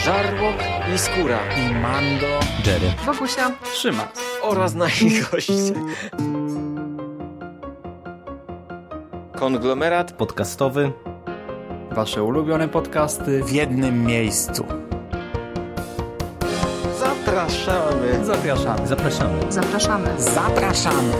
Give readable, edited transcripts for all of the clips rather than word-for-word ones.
Żarłok i Skóra i Mando, Jerry, Wokusia, Szymas oraz nasi goście. Konglomerat podcastowy. Wasze ulubione podcasty w jednym miejscu. Zapraszamy. Zapraszamy. Zapraszamy. Zapraszamy. Zapraszamy.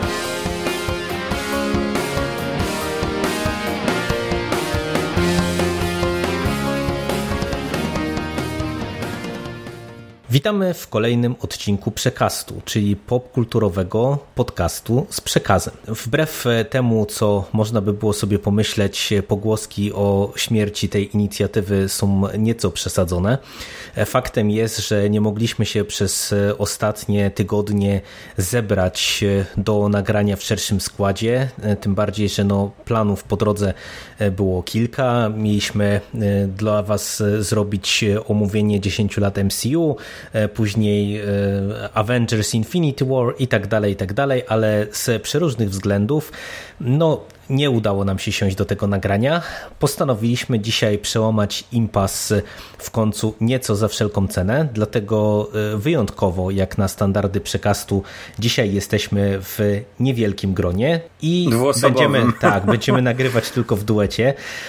Witamy w kolejnym odcinku Przekastu, czyli popkulturowego podcastu z przekazem. Wbrew temu, co można by było sobie pomyśleć, pogłoski o śmierci tej inicjatywy są nieco przesadzone. Faktem jest, że nie mogliśmy się przez ostatnie tygodnie zebrać do nagrania w szerszym składzie, tym bardziej, że planów po drodze było kilka. Mieliśmy dla Was zrobić omówienie 10 lat MCU, później Avengers Infinity War i tak dalej, ale z przeróżnych względów nie udało nam się siąść do tego nagrania. Postanowiliśmy dzisiaj przełamać impas w końcu nieco za wszelką cenę, dlatego wyjątkowo jak na standardy Przekastu dzisiaj jesteśmy w niewielkim gronie i będziemy nagrywać tylko w duecie.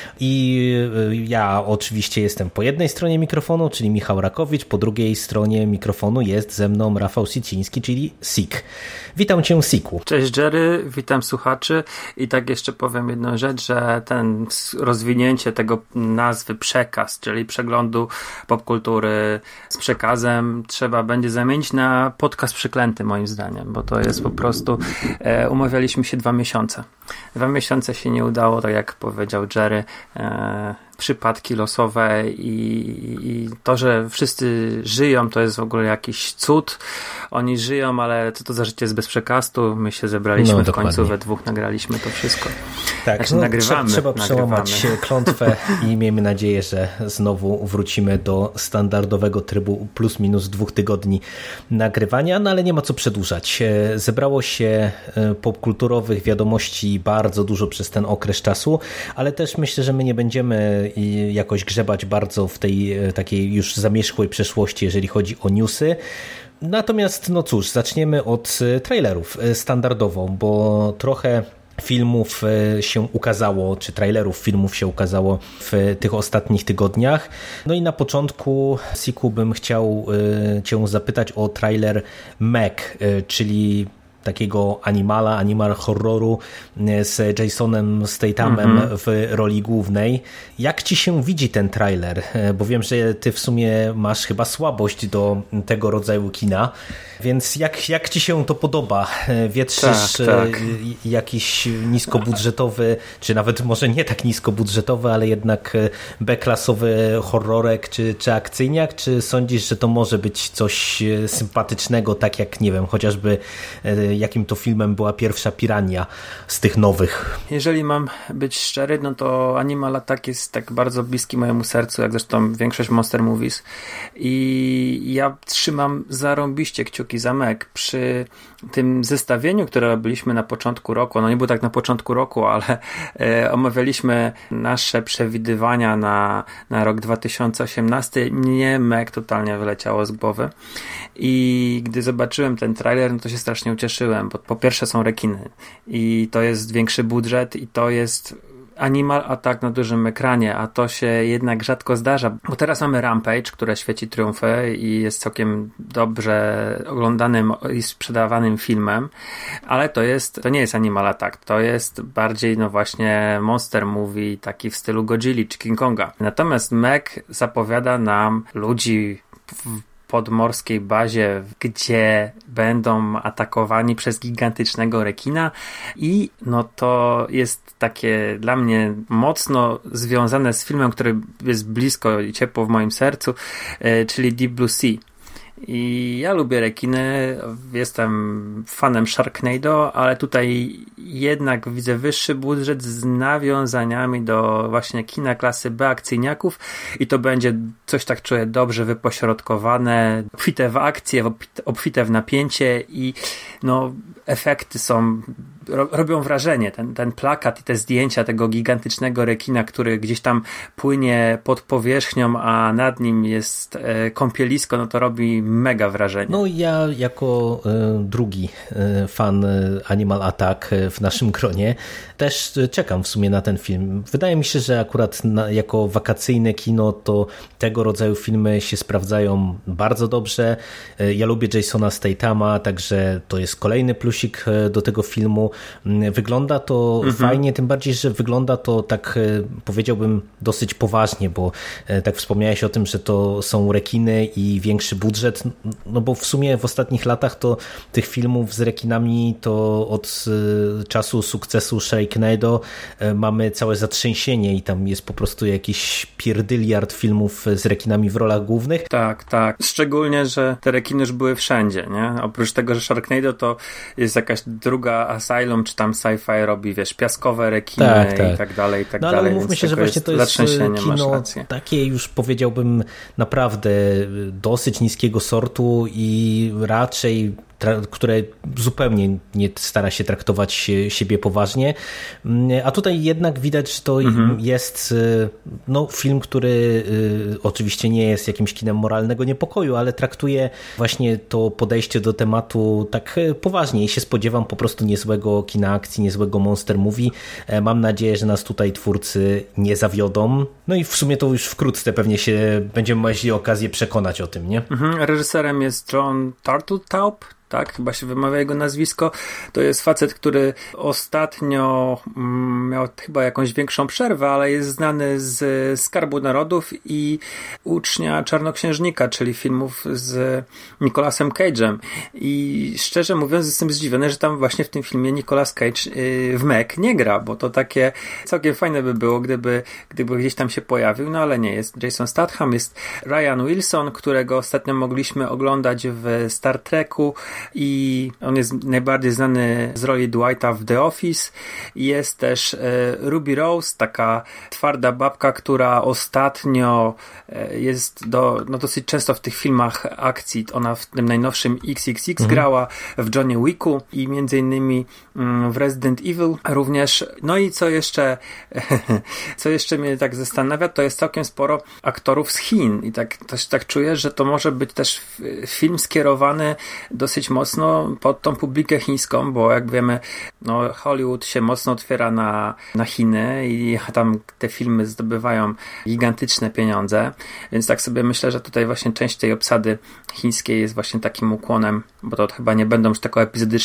I ja oczywiście jestem po jednej stronie mikrofonu, czyli Michał Rakowicz, po drugiej stronie mikrofonu jest ze mną Rafał Siciński, czyli Sik. Witam Cię, Siku. Cześć Jerry, witam słuchaczy i tak jeszcze powiem jedną rzecz, że rozwinięcie tego nazwy przekaz, czyli przeglądu popkultury z przekazem trzeba będzie zamienić na podcast przeklęty moim zdaniem, bo to jest po prostu umawialiśmy się 2 miesiące. 2 miesiące się nie udało, tak jak powiedział Jerry, przypadki losowe i to, że wszyscy żyją, to jest w ogóle jakiś cud. Oni żyją, ale co to za życie jest bez przekastu? My się zebraliśmy w końcu, we dwóch nagraliśmy to wszystko. Tak, trzeba przełamać klątwę i miejmy nadzieję, że znowu wrócimy do standardowego trybu plus minus 2 tygodni nagrywania, ale nie ma co przedłużać. Zebrało się popkulturowych wiadomości bardzo dużo przez ten okres czasu, ale też myślę, że my nie będziemy jakoś grzebać bardzo w tej takiej już zamierzchłej przeszłości, jeżeli chodzi o newsy. Natomiast cóż, zaczniemy od trailerów standardowo, bo trochę filmów się ukazało, czy trailerów filmów się ukazało w tych ostatnich tygodniach. I na początku, Siku, bym chciał Cię zapytać o trailer Meg, czyli takiego animal horroru z Jasonem Stathamem w roli głównej. Jak Ci się widzi ten trailer? Bo wiem, że Ty w sumie masz chyba słabość do tego rodzaju kina, więc jak Ci się to podoba? Wietrzysz tak. Jakiś niskobudżetowy, czy nawet może nie tak niskobudżetowy, ale jednak B-klasowy horrorek czy akcyjniak, czy sądzisz, że to może być coś sympatycznego, tak jak, nie wiem, chociażby jakim to filmem była pierwsza Pirania z tych nowych? Jeżeli mam być szczery, to Animal Attack jest tak bardzo bliski mojemu sercu, jak zresztą większość Monster Movies, i ja trzymam zarąbiście kciuki za Meg. Przy tym zestawieniu, które robiliśmy na początku roku, nie było tak na początku roku, ale omawialiśmy nasze przewidywania na rok 2018, mnie Meg totalnie wyleciało z głowy i gdy zobaczyłem ten trailer, to się strasznie ucieszyłem, bo po pierwsze są rekiny i to jest większy budżet i to jest Animal Attack na dużym ekranie, a to się jednak rzadko zdarza, bo teraz mamy Rampage, które świeci triumfy i jest całkiem dobrze oglądanym i sprzedawanym filmem, ale to nie jest Animal Attack, to jest bardziej właśnie monster movie, taki w stylu Godzilli czy King Konga. Natomiast Meg zapowiada nam ludzi w podmorskiej bazie, gdzie będą atakowani przez gigantycznego rekina i to jest takie dla mnie mocno związane z filmem, który jest blisko i ciepło w moim sercu, czyli Deep Blue Sea. I ja lubię rekiny, jestem fanem Sharknado, ale tutaj jednak widzę wyższy budżet z nawiązaniami do właśnie kina klasy B, akcyjniaków, i to będzie coś, tak czuję, dobrze wypośrodkowane, obfite w akcję, obfite w napięcie i efekty robią wrażenie. Ten plakat i te zdjęcia tego gigantycznego rekina, który gdzieś tam płynie pod powierzchnią, a nad nim jest kąpielisko, no to robi mega wrażenie. No ja jako drugi fan Animal Attack w naszym gronie też czekam w sumie na ten film. Wydaje mi się, że akurat jako wakacyjne kino to tego rodzaju filmy się sprawdzają bardzo dobrze. Ja lubię Jasona Stathama, także to jest kolejny plusik do tego filmu. Wygląda to fajnie, tym bardziej, że wygląda to tak, powiedziałbym, dosyć poważnie, bo tak wspomniałeś o tym, że to są rekiny i większy budżet, no bo w sumie w ostatnich latach to tych filmów z rekinami to od czasu sukcesu Sharknado mamy całe zatrzęsienie i tam jest po prostu jakiś pierdyliard filmów z rekinami w rolach głównych. Tak. Szczególnie, że te rekiny już były wszędzie, nie? Oprócz tego, że Sharknado to jest jakaś druga Asylum, czy tam Sci-Fi robi, wiesz, piaskowe rekiny i tak dalej, no, ale mówmy się, że właśnie to jest kino takie już, powiedziałbym, naprawdę dosyć niskiego sortu i raczej które zupełnie nie stara się traktować siebie poważnie, a tutaj jednak widać, że to jest film, który oczywiście nie jest jakimś kinem moralnego niepokoju, ale traktuje właśnie to podejście do tematu tak poważnie i się spodziewam po prostu niezłego kina akcji, niezłego monster movie. Mam nadzieję, że nas tutaj twórcy nie zawiodą. No i w sumie to już wkrótce pewnie się będziemy mieli okazję przekonać o tym, nie? Reżyserem jest John Turteltaub, tak, chyba się wymawia jego nazwisko. To jest facet, który ostatnio miał chyba jakąś większą przerwę, ale jest znany z Skarbu Narodów i Ucznia Czarnoksiężnika, czyli filmów z Nicolasem Cage'em. I szczerze mówiąc jestem zdziwiony, że tam właśnie w tym filmie Nicolas Cage w Meg nie gra, bo to takie całkiem fajne by było, gdyby gdzieś tam się pojawił, no ale nie. Jest Jason Statham, jest Ryan Wilson, którego ostatnio mogliśmy oglądać w Star Treku, i on jest najbardziej znany z roli Dwighta w The Office. Jest też Ruby Rose, taka twarda babka, która ostatnio jest dosyć często w tych filmach akcji. Ona w tym najnowszym XXX grała, w Johnie Wicku i między innymi w Resident Evil również. No i co jeszcze mnie tak zastanawia, to jest całkiem sporo aktorów z Chin i tak czuję, że to może być też film skierowany dosyć mocno pod tą publikę chińską, bo jak wiemy, no Hollywood się mocno otwiera na Chiny i tam te filmy zdobywają gigantyczne pieniądze, więc tak sobie myślę, że tutaj właśnie część tej obsady chińskiej jest właśnie takim ukłonem, bo to chyba nie będą już tylko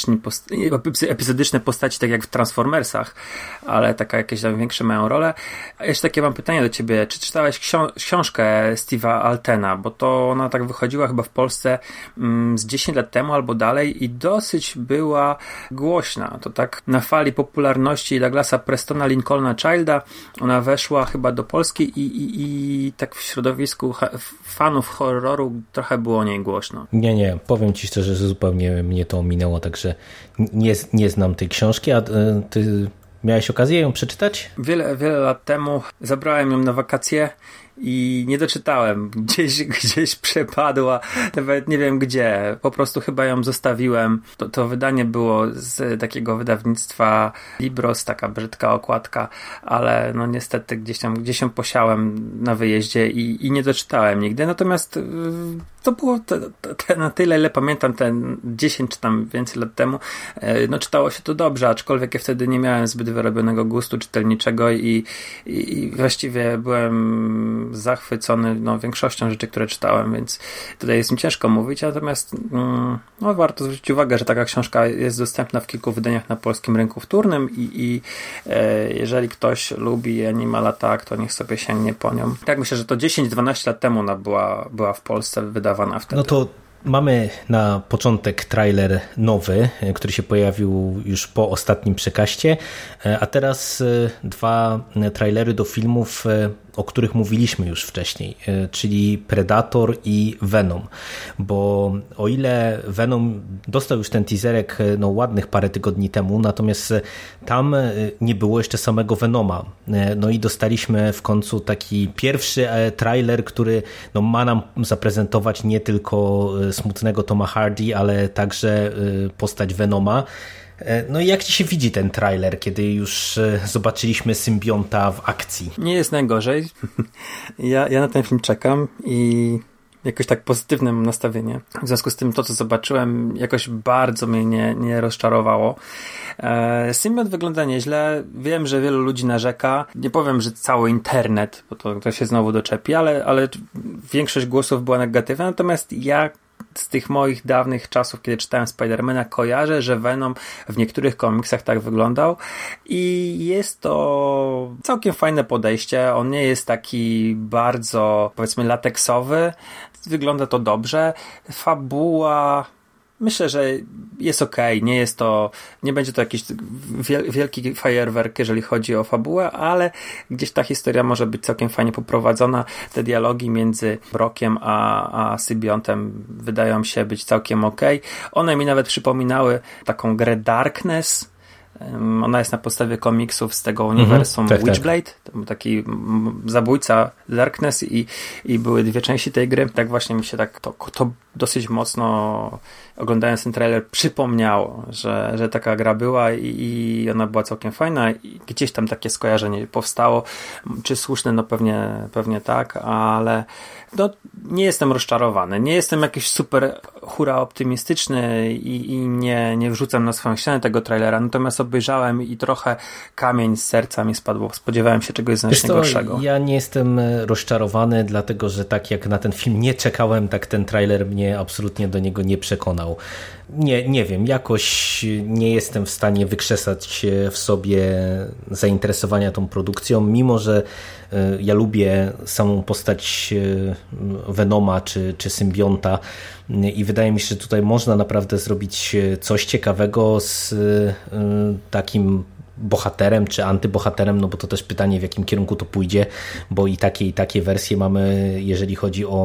epizodyczne postaci, tak jak w Transformersach, ale taka jakieś tam większe mają rolę. A jeszcze takie mam pytanie do ciebie, czy czytałeś książkę Steve'a Altena, bo to ona tak wychodziła chyba w Polsce z 10 lat temu albo dalej i dosyć była głośna. To tak na fali popularności Douglasa Prestona, Lincolna Childa, ona weszła chyba do Polski i tak w środowisku fanów horroru trochę było o niej głośno. Nie, powiem ci szczerze, że zupełnie mnie to ominęło, także nie znam tej książki, a ty miałeś okazję ją przeczytać? Wiele lat temu zabrałem ją na wakacje i nie doczytałem. Gdzieś przepadła, nawet nie wiem gdzie. Po prostu chyba ją zostawiłem. To wydanie było z takiego wydawnictwa Libros, taka brzydka okładka, ale no niestety gdzieś ją posiałem na wyjeździe i nie doczytałem nigdy. Natomiast to było na tyle, ile pamiętam, 10 czy tam więcej lat temu, no czytało się to dobrze, aczkolwiek ja wtedy nie miałem zbyt wyrobionego gustu czytelniczego i właściwie byłem zachwycony większością rzeczy, które czytałem, więc tutaj jest mi ciężko mówić, natomiast warto zwrócić uwagę, że taka książka jest dostępna w kilku wydaniach na polskim rynku wtórnym i jeżeli ktoś lubi Animal Attack, to niech sobie sięgnie po nią. Tak myślę, że to 10-12 lat temu ona była w Polsce wydawana wtedy. No to mamy na początek trailer nowy, który się pojawił już po ostatnim przekaście, a teraz 2 trailery do filmów o których mówiliśmy już wcześniej, czyli Predator i Venom, bo o ile Venom dostał już ten teaserek ładnych parę tygodni temu, natomiast tam nie było jeszcze samego Venoma. No i dostaliśmy w końcu taki pierwszy trailer, który ma nam zaprezentować nie tylko smutnego Toma Hardy, ale także postać Venoma. No i jak ci się widzi ten trailer, kiedy już zobaczyliśmy symbionta w akcji? Nie jest najgorzej. Ja na ten film czekam i jakoś tak pozytywne mam nastawienie. W związku z tym to, co zobaczyłem, jakoś bardzo mnie nie rozczarowało. Symbiont wygląda nieźle. Wiem, że wielu ludzi narzeka. Nie powiem, że cały internet, bo to się znowu doczepi, ale większość głosów była negatywna. Natomiast ja z tych moich dawnych czasów, kiedy czytałem Spidermana, kojarzę, że Venom w niektórych komiksach tak wyglądał i jest to całkiem fajne podejście. On nie jest taki bardzo, powiedzmy, lateksowy. Wygląda to dobrze. Fabuła, myślę, że jest okej. Nie będzie to jakiś wielki fajerwerk, jeżeli chodzi o fabułę, ale gdzieś ta historia może być całkiem fajnie poprowadzona. Te dialogi między Brockiem a symbiontem wydają się być całkiem okej. One mi nawet przypominały taką grę Darkness. Ona jest na podstawie komiksów z tego uniwersum Witchblade. To był taki zabójca Darkness i były dwie części tej gry. Tak właśnie mi się to dosyć mocno, oglądając ten trailer, przypomniało, że taka gra była i ona była całkiem fajna i gdzieś tam takie skojarzenie powstało. Czy słuszne? No pewnie tak, ale nie jestem rozczarowany. Nie jestem jakiś super hura optymistyczny i nie wrzucam na swoją ścianę tego trailera, natomiast obejrzałem i trochę kamień z serca mi spadł. Spodziewałem się czegoś znacznie gorszego. Ja nie jestem rozczarowany, dlatego że tak jak na ten film nie czekałem, tak ten trailer mnie absolutnie do niego nie przekonał. Nie wiem, jakoś nie jestem w stanie wykrzesać w sobie zainteresowania tą produkcją, mimo że ja lubię samą postać Venoma czy symbionta i wydaje mi się, że tutaj można naprawdę zrobić coś ciekawego z takim bohaterem czy antybohaterem, no bo to też pytanie, w jakim kierunku to pójdzie, bo i takie wersje mamy, jeżeli chodzi o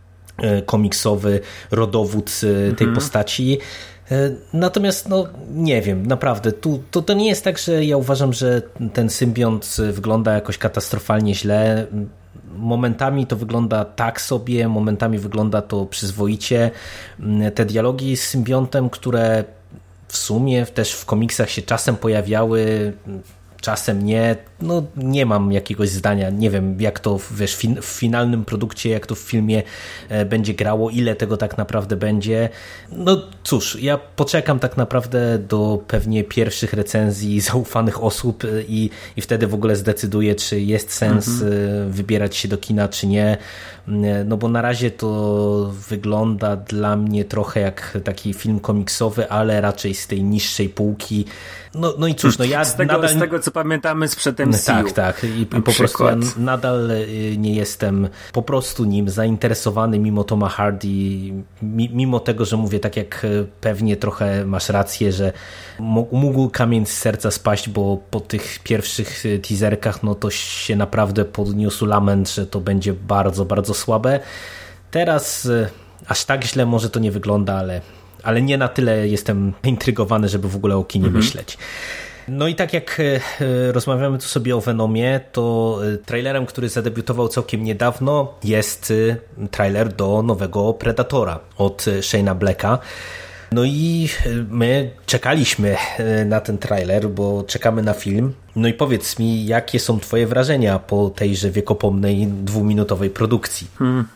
komiksowy rodowód tej postaci. Natomiast nie wiem, naprawdę to nie jest tak, że ja uważam, że ten symbiont wygląda jakoś katastrofalnie źle. Momentami to wygląda tak sobie, momentami wygląda to przyzwoicie. Te dialogi z symbiontem, które w sumie też w komiksach się czasem pojawiały, czasem nie. Nie mam jakiegoś zdania, nie wiem jak to w finalnym produkcie, jak to w filmie będzie grało, ile tego tak naprawdę będzie. Cóż, ja poczekam tak naprawdę do pewnie pierwszych recenzji zaufanych osób i wtedy w ogóle zdecyduję, czy jest sens wybierać się do kina, czy nie. Bo na razie to wygląda dla mnie trochę jak taki film komiksowy, ale raczej z tej niższej półki. No i cóż, ja z tego co pamiętamy sprzed MCU. Tak. I po prostu ja nadal nie jestem po prostu nim zainteresowany, mimo Toma Hardy, mimo tego, że mówię, tak jak pewnie trochę masz rację, że mógł kamień z serca spaść, bo po tych pierwszych teaserkach to się naprawdę podniósł lament, że to będzie bardzo, bardzo słabe. Teraz aż tak źle może to nie wygląda, ale nie na tyle jestem intrygowany, żeby w ogóle o kinie myśleć. No i tak jak rozmawiamy tu sobie o Venomie, to trailerem, który zadebiutował całkiem niedawno, jest trailer do nowego Predatora od Shane'a Blacka. No i my czekaliśmy na ten trailer, bo czekamy na film. No i powiedz mi, jakie są twoje wrażenia po tejże wiekopomnej 2-minutowej produkcji?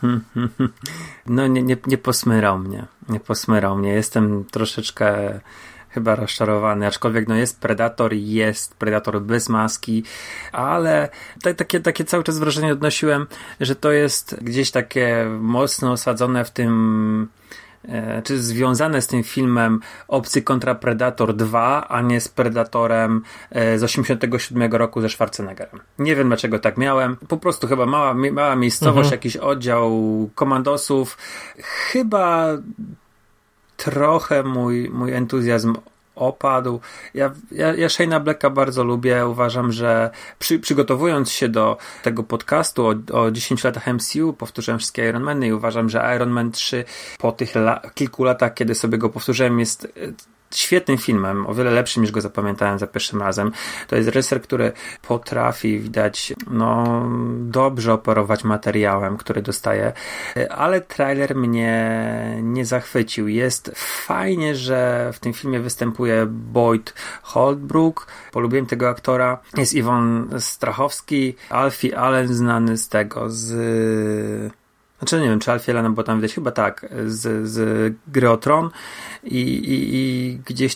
No nie posmyrał mnie. Nie posmyrał mnie. Jestem troszeczkę chyba rozczarowany, aczkolwiek jest Predator bez maski, ale takie cały czas wrażenie odnosiłem, że to jest gdzieś takie mocno osadzone w tym, czy związane z tym filmem Obcy kontra Predator 2, a nie z Predatorem z 87 roku ze Schwarzeneggerem. Nie wiem dlaczego tak miałem. Po prostu chyba mała miejscowość, jakiś oddział komandosów. Chyba trochę mój entuzjazm opadł. Ja Shane'a Blacka bardzo lubię. Uważam, że przygotowując się do tego podcastu o 10 latach MCU, powtórzyłem wszystkie Iron Many i uważam, że Iron Man 3 po tych kilku latach, kiedy sobie go powtórzyłem, jest świetnym filmem, o wiele lepszym niż go zapamiętałem za pierwszym razem. To jest reżyser, który potrafi, widać, dobrze operować materiałem, który dostaje, ale trailer mnie nie zachwycił. Jest fajnie, że w tym filmie występuje Boyd Holbrook. Polubiłem tego aktora. Jest Iwan Strachowski, Alfie Allen znany z tego, znaczy nie wiem, czy Alfie Allen, bo tam widać chyba tak, z Gry o Tron i gdzieś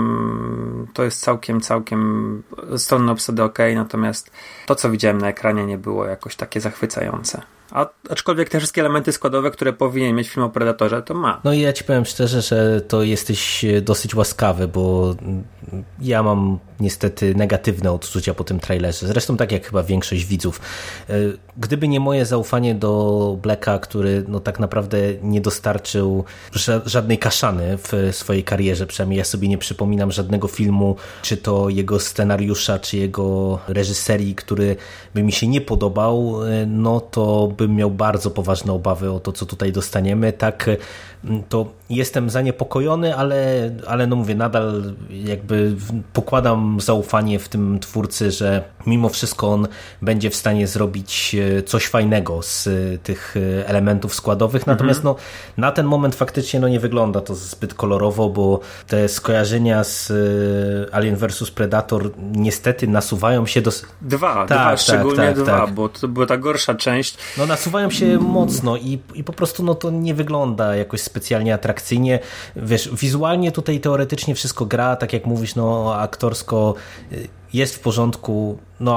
tam to jest całkiem stronne obsady okej, natomiast to, co widziałem na ekranie, nie było jakoś takie zachwycające. Aczkolwiek te wszystkie elementy składowe, które powinien mieć film o Predatorze, to ma. No i ja ci powiem szczerze, że to jesteś dosyć łaskawy, bo ja mam niestety negatywne odczucia po tym trailerze. Zresztą tak jak chyba większość widzów. Gdyby nie moje zaufanie do Blacka, który tak naprawdę nie dostarczył żadnej kaszany w swojej karierze, przynajmniej ja sobie nie przypominam żadnego filmu, czy to jego scenariusza, czy jego reżyserii, który by mi się nie podobał, to bym miał bardzo poważne obawy o to, co tutaj dostaniemy. Tak, to jestem zaniepokojony, ale mówię, nadal jakby pokładam zaufanie w tym twórcy, że mimo wszystko on będzie w stanie zrobić coś fajnego z tych elementów składowych. Natomiast na ten moment faktycznie nie wygląda to zbyt kolorowo, bo te skojarzenia z Alien vs Predator niestety nasuwają się do... Dwa, szczególnie dwa, bo to była ta gorsza część. Nasuwają się mocno i po prostu to nie wygląda jakoś specjalnie atrakcyjnie. Wiesz, wizualnie tutaj teoretycznie wszystko gra, tak jak mówisz, aktorsko jest w porządku,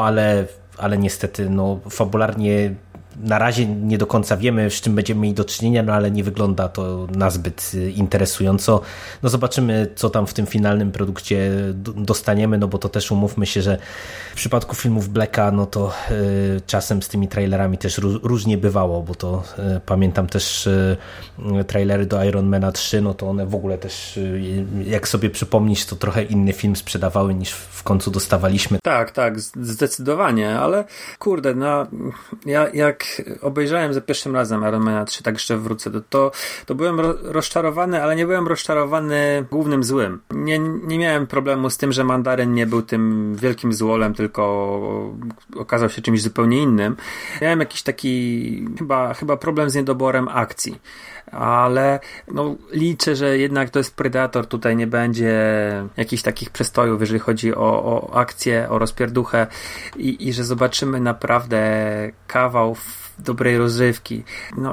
ale niestety fabularnie na razie nie do końca wiemy, z czym będziemy mieli do czynienia, ale nie wygląda to nazbyt interesująco. Zobaczymy, co tam w tym finalnym produkcie dostaniemy, bo to też umówmy się, że w przypadku filmów Blacka, to czasem z tymi trailerami też różnie bywało, bo to pamiętam też trailery do Ironmana 3, to one w ogóle też, jak sobie przypomnisz, to trochę inny film sprzedawały niż w końcu dostawaliśmy. Tak, zdecydowanie, ale kurde, ja jak obejrzałem za pierwszym razem Ironmana 3, tak jeszcze wrócę, to byłem rozczarowany, ale nie byłem rozczarowany głównym złym. Nie miałem problemu z tym, że Mandaryn nie był tym wielkim złolem, tylko okazał się czymś zupełnie innym. Miałem jakiś taki chyba problem z niedoborem akcji, ale liczę, że jednak to jest Predator, tutaj nie będzie jakichś takich przestojów, jeżeli chodzi o akcję, o rozpierduchę i że zobaczymy naprawdę kawał dobrej rozrywki.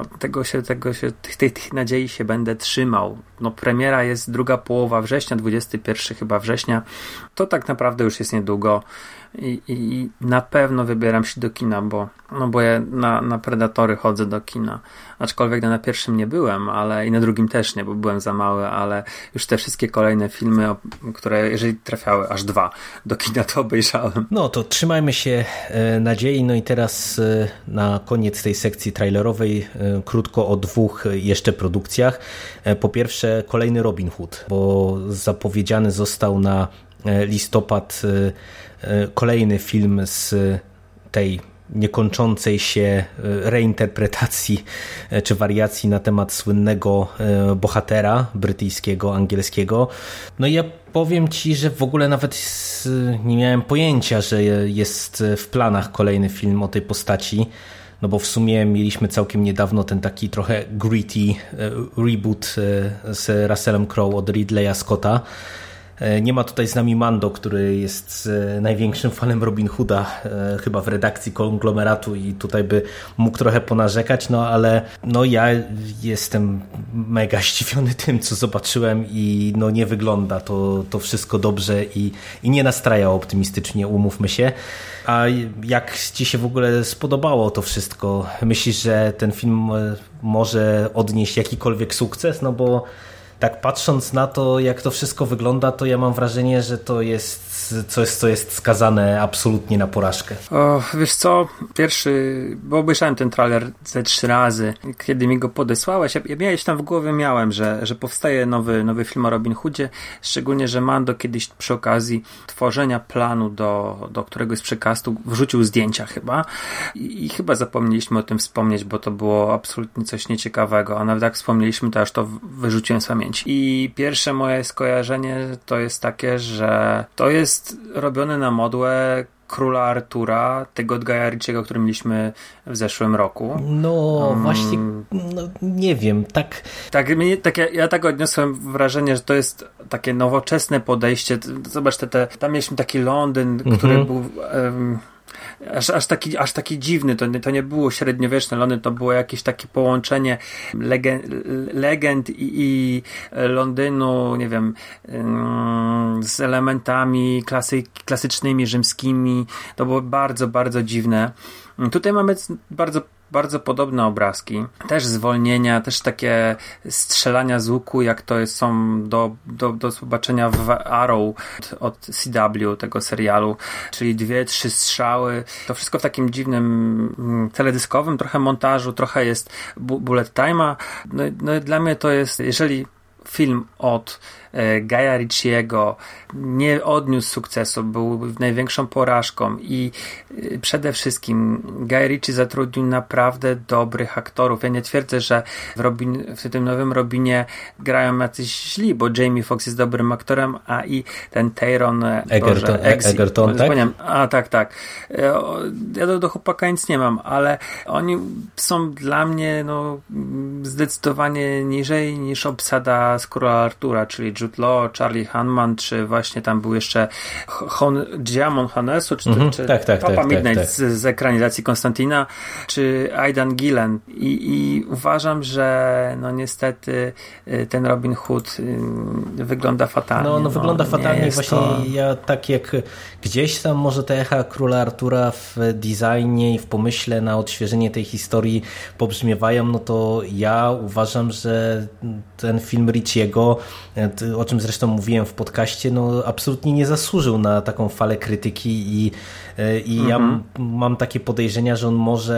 Tych nadziei się będę trzymał. Premiera jest druga połowa września, 21 chyba września. To tak naprawdę już jest niedługo i na pewno wybieram się do kina, bo ja na Predatory chodzę do kina. Aczkolwiek na pierwszym nie byłem, ale i na drugim też nie, bo byłem za mały, ale już te wszystkie kolejne filmy, które jeżeli trafiały, aż 2 do kina, to obejrzałem. To trzymajmy się nadziei. I teraz na koniec tej sekcji trailerowej krótko o 2 jeszcze produkcjach. Po pierwsze kolejny Robin Hood, bo zapowiedziany został na listopad kolejny film z tej niekończącej się reinterpretacji czy wariacji na temat słynnego bohatera brytyjskiego, angielskiego. I ja powiem ci, że w ogóle nawet nie miałem pojęcia, że jest w planach kolejny film o tej postaci. Bo w sumie mieliśmy całkiem niedawno ten taki trochę gritty reboot z Russellem Crowe od Ridleya Scotta. Nie ma tutaj z nami Mando, który jest największym fanem Robin Hooda chyba w redakcji Konglomeratu i tutaj by mógł trochę ponarzekać, ale ja jestem mega zdziwiony tym, co zobaczyłem i nie wygląda to wszystko dobrze i nie nastraja optymistycznie, umówmy się. A jak ci się w ogóle spodobało to wszystko? Myślisz, że ten film może odnieść jakikolwiek sukces? Bo tak patrząc na to, jak to wszystko wygląda, to ja mam wrażenie, że to jest coś, co jest skazane absolutnie na porażkę. O, wiesz co, bo obejrzałem ten trailer ze 3 razy, kiedy mi go podesłałeś, ja gdzieś tam w głowie miałem, że powstaje nowy film o Robin Hoodzie, szczególnie, że Mando kiedyś przy okazji tworzenia planu do któregoś z przecastu wrzucił zdjęcia chyba i chyba zapomnieliśmy o tym wspomnieć, bo to było absolutnie coś nieciekawego, a nawet jak wspomnieliśmy, to aż to wyrzuciłem z pamięci. I pierwsze moje skojarzenie to jest takie, że to jest robione na modłę Króla Artura, tego od Guya Ritchiego, który mieliśmy w zeszłym roku. No właśnie, nie wiem, ja tak odniosłem wrażenie, że to jest takie nowoczesne podejście. Zobacz, tam mieliśmy taki Londyn, który był aż taki dziwny, to nie było średniowieczne Londyn, to było jakieś takie połączenie legend i Londynu, nie wiem, z elementami klasycznymi, rzymskimi. To było bardzo, bardzo dziwne. Tutaj mamy bardzo, bardzo podobne obrazki. Też zwolnienia, też takie strzelania z łuku, jak to są do zobaczenia w Arrow od CW, tego serialu, czyli 2-3 strzały. To wszystko w takim dziwnym teledyskowym trochę montażu, trochę jest bullet time'a. No dla mnie to jest, jeżeli film od Guya Ritchiego nie odniósł sukcesu, był największą porażką i przede wszystkim Guy Ritchie zatrudnił naprawdę dobrych aktorów. Ja nie twierdzę, że w tym nowym Robinie grają jacyś źli, bo Jamie Foxx jest dobrym aktorem, a i ten Taron Egerton, tak? Tak. Ja do chłopaka nic nie mam, ale oni są dla mnie zdecydowanie niżej niż obsada z Króla Artura, czyli Jude Law, Charlie Hunnam, czy właśnie tam był jeszcze Djimon Hounsou, czy Papa Midnight z ekranizacji Konstantina, czy Aidan Gillen. I uważam, że niestety ten Robin Hood wygląda fatalnie. Wygląda fatalnie. Właśnie ja tak jak gdzieś tam może te echa Króla Artura w designie i w pomyśle na odświeżenie tej historii pobrzmiewają, to ja uważam, że ten film Ritchiego, o czym zresztą mówiłem w podcaście, absolutnie nie zasłużył na taką falę krytyki i ja mam takie podejrzenia, że on może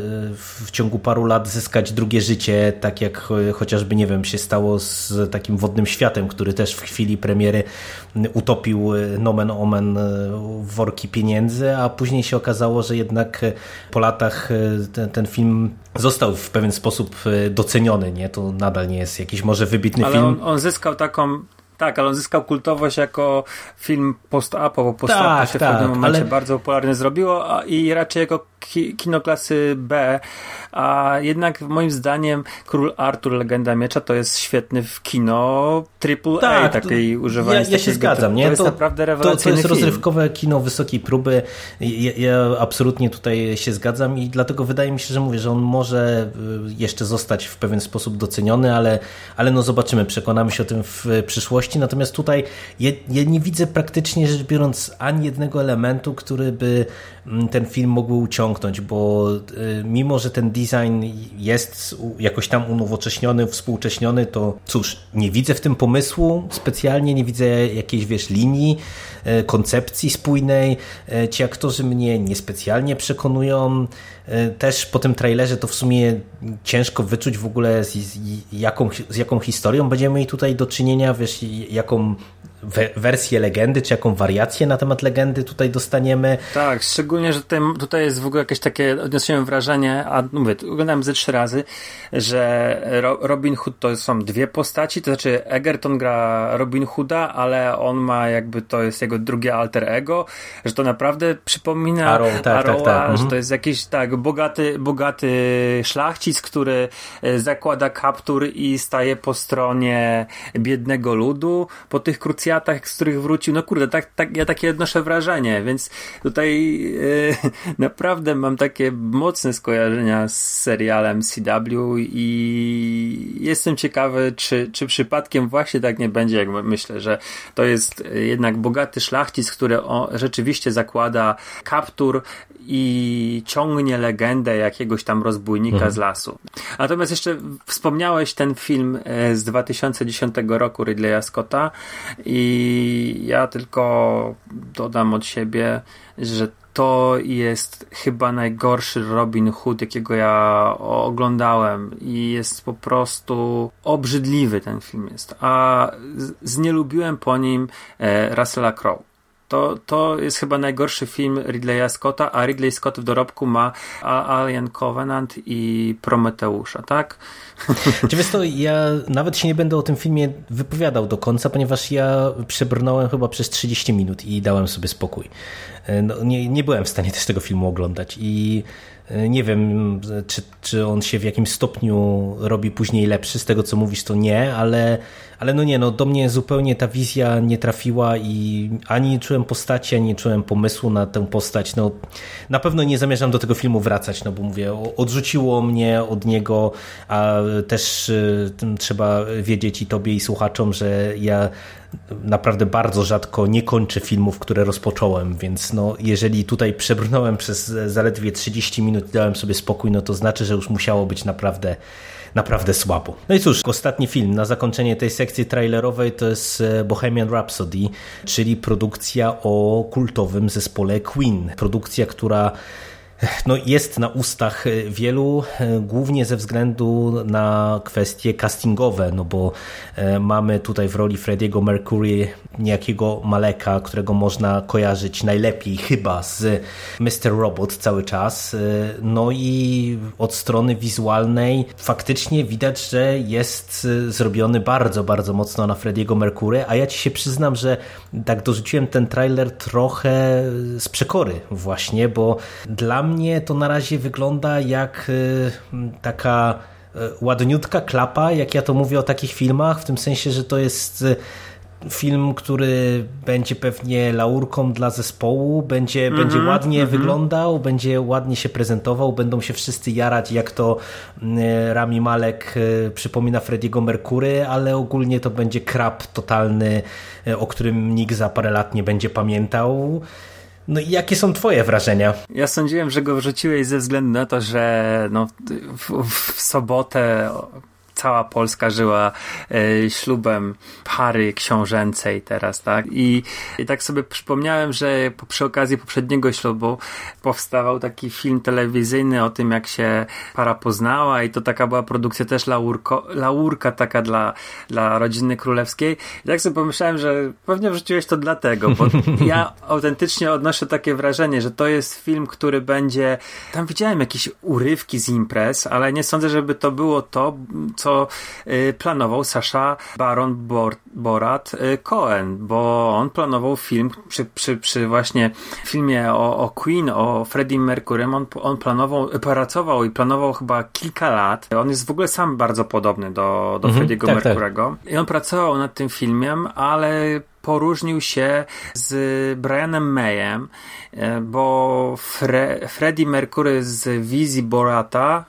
w ciągu paru lat zyskać drugie życie, tak jak chociażby, nie wiem, się stało z takim Wodnym Światem, który też w chwili premiery utopił nomen omen worki pieniędzy, a później się okazało, że jednak po latach ten film został w pewien sposób doceniony, nie? To nadal nie jest jakiś może wybitny film. Ale on zyskał taką... Tak, ale on zyskał kultowość jako film post-apo, bo post-apo się w pewnym momencie bardzo popularny zrobiło i raczej jako kino klasy B, a jednak moim zdaniem Król Artur, Legenda Miecza to jest świetny w kino AAA, takiej używając. Ja się zgadzam, nie? To jest naprawdę rewelacyjny to jest film. rozrywkowe kino wysokiej próby. Ja absolutnie tutaj się zgadzam i dlatego wydaje mi się, że on może jeszcze zostać w pewien sposób doceniony, ale zobaczymy, przekonamy się o tym w przyszłości. Natomiast tutaj ja nie widzę praktycznie rzecz biorąc ani jednego elementu, który by ten film mógł uciągnąć, bo mimo, że ten design jest jakoś tam unowocześniony, współcześniony, to cóż, nie widzę w tym pomysłu specjalnie, nie widzę jakiejś, linii, koncepcji spójnej. Ci aktorzy mnie niespecjalnie przekonują. Też po tym trailerze to w sumie ciężko wyczuć w ogóle z jaką historią będziemy mieli tutaj do czynienia, jaką wersję legendy, czy jaką wariację na temat legendy tutaj dostaniemy. Tak, szczególnie, że tutaj jest w ogóle jakieś takie, odniosłem wrażenie, a mówię, oglądałem ze 3 razy, że Robin Hood to są 2 postaci, to znaczy Egerton gra Robin Hooda, ale on ma to jest jego drugie alter ego, że to naprawdę przypomina Arrowa, że to jest jakiś bogaty szlachcic, który zakłada kaptur i staje po stronie biednego ludu po tych krucjatach krucjatach, z których wrócił, no kurde, ja takie odnoszę wrażenie, więc tutaj naprawdę mam takie mocne skojarzenia z serialem CW i jestem ciekawy, czy przypadkiem właśnie tak nie będzie, jak myślę, że to jest jednak bogaty szlachcic, który rzeczywiście zakłada kaptur i ciągnie legendę jakiegoś tam rozbójnika z lasu. Natomiast jeszcze wspomniałeś ten film z 2010 roku Ridleya Scotta i ja tylko dodam od siebie, że to jest chyba najgorszy Robin Hood, jakiego ja oglądałem i jest po prostu obrzydliwy ten film jest, a znielubiłem po nim Russella Crowe. To jest chyba najgorszy film Ridleya Scotta, a Ridley Scott w dorobku ma Alien Covenant i Prometeusza, tak? Wiesz to, ja nawet się nie będę o tym filmie wypowiadał do końca, ponieważ ja przebrnąłem chyba przez 30 minut i dałem sobie spokój. No, nie byłem w stanie też tego filmu oglądać i nie wiem, czy on się w jakimś stopniu robi później lepszy, z tego co mówisz to nie, ale no nie, no do mnie zupełnie ta wizja nie trafiła i ani nie czułem postaci, ani nie czułem pomysłu na tę postać. No na pewno nie zamierzam do tego filmu wracać, no bo mówię, odrzuciło mnie od niego, a też trzeba wiedzieć i tobie i słuchaczom, że ja naprawdę bardzo rzadko nie kończę filmów, które rozpocząłem, więc no jeżeli tutaj przebrnąłem przez zaledwie 30 minut i dałem sobie spokój, no to znaczy, że już musiało być naprawdę słabo. No i cóż, ostatni film na zakończenie tej sekcji trailerowej to jest Bohemian Rhapsody, czyli produkcja o kultowym zespole Queen. Produkcja, która no jest na ustach wielu, głównie ze względu na kwestie castingowe, no bo mamy tutaj w roli Freddie'ego Mercury niejakiego Maleka, którego można kojarzyć najlepiej chyba z Mr. Robot cały czas. No i od strony wizualnej faktycznie widać, że jest zrobiony bardzo, bardzo mocno na Freddie'ego Mercury, a ja ci się przyznam, że tak dorzuciłem ten trailer trochę z przekory właśnie, bo dla mnie to na razie wygląda jak taka ładniutka klapa, jak ja to mówię o takich filmach, w tym sensie, że to jest film, który będzie pewnie laurką dla zespołu, będzie ładnie wyglądał, będzie ładnie się prezentował, będą się wszyscy jarać, jak to Rami Malek przypomina Freddie'ego Mercury, ale ogólnie to będzie krap totalny, o którym nikt za parę lat nie będzie pamiętał. No i jakie są twoje wrażenia? Ja sądziłem, że go wrzuciłeś ze względu na to, że no, w sobotę cała Polska żyła ślubem pary książęcej teraz, tak? I tak sobie przypomniałem, że przy okazji poprzedniego ślubu powstawał taki film telewizyjny o tym, jak się para poznała i to taka była produkcja też laurka taka dla rodziny królewskiej. I tak sobie pomyślałem, że pewnie wrzuciłeś to dlatego, bo ja autentycznie odnoszę takie wrażenie, że to jest film, który będzie... Tam widziałem jakieś urywki z imprez, ale nie sądzę, żeby to było to, co planował Sacha Baron Borat Cohen, bo on planował film przy właśnie filmie o Queen, o Freddie Mercurym, on pracował i planował chyba kilka lat. On jest w ogóle sam bardzo podobny do Freddie'ego Mercury'ego. I on pracował nad tym filmem, ale poróżnił się z Brianem Mayem, bo Freddie Mercury z wizji Borata,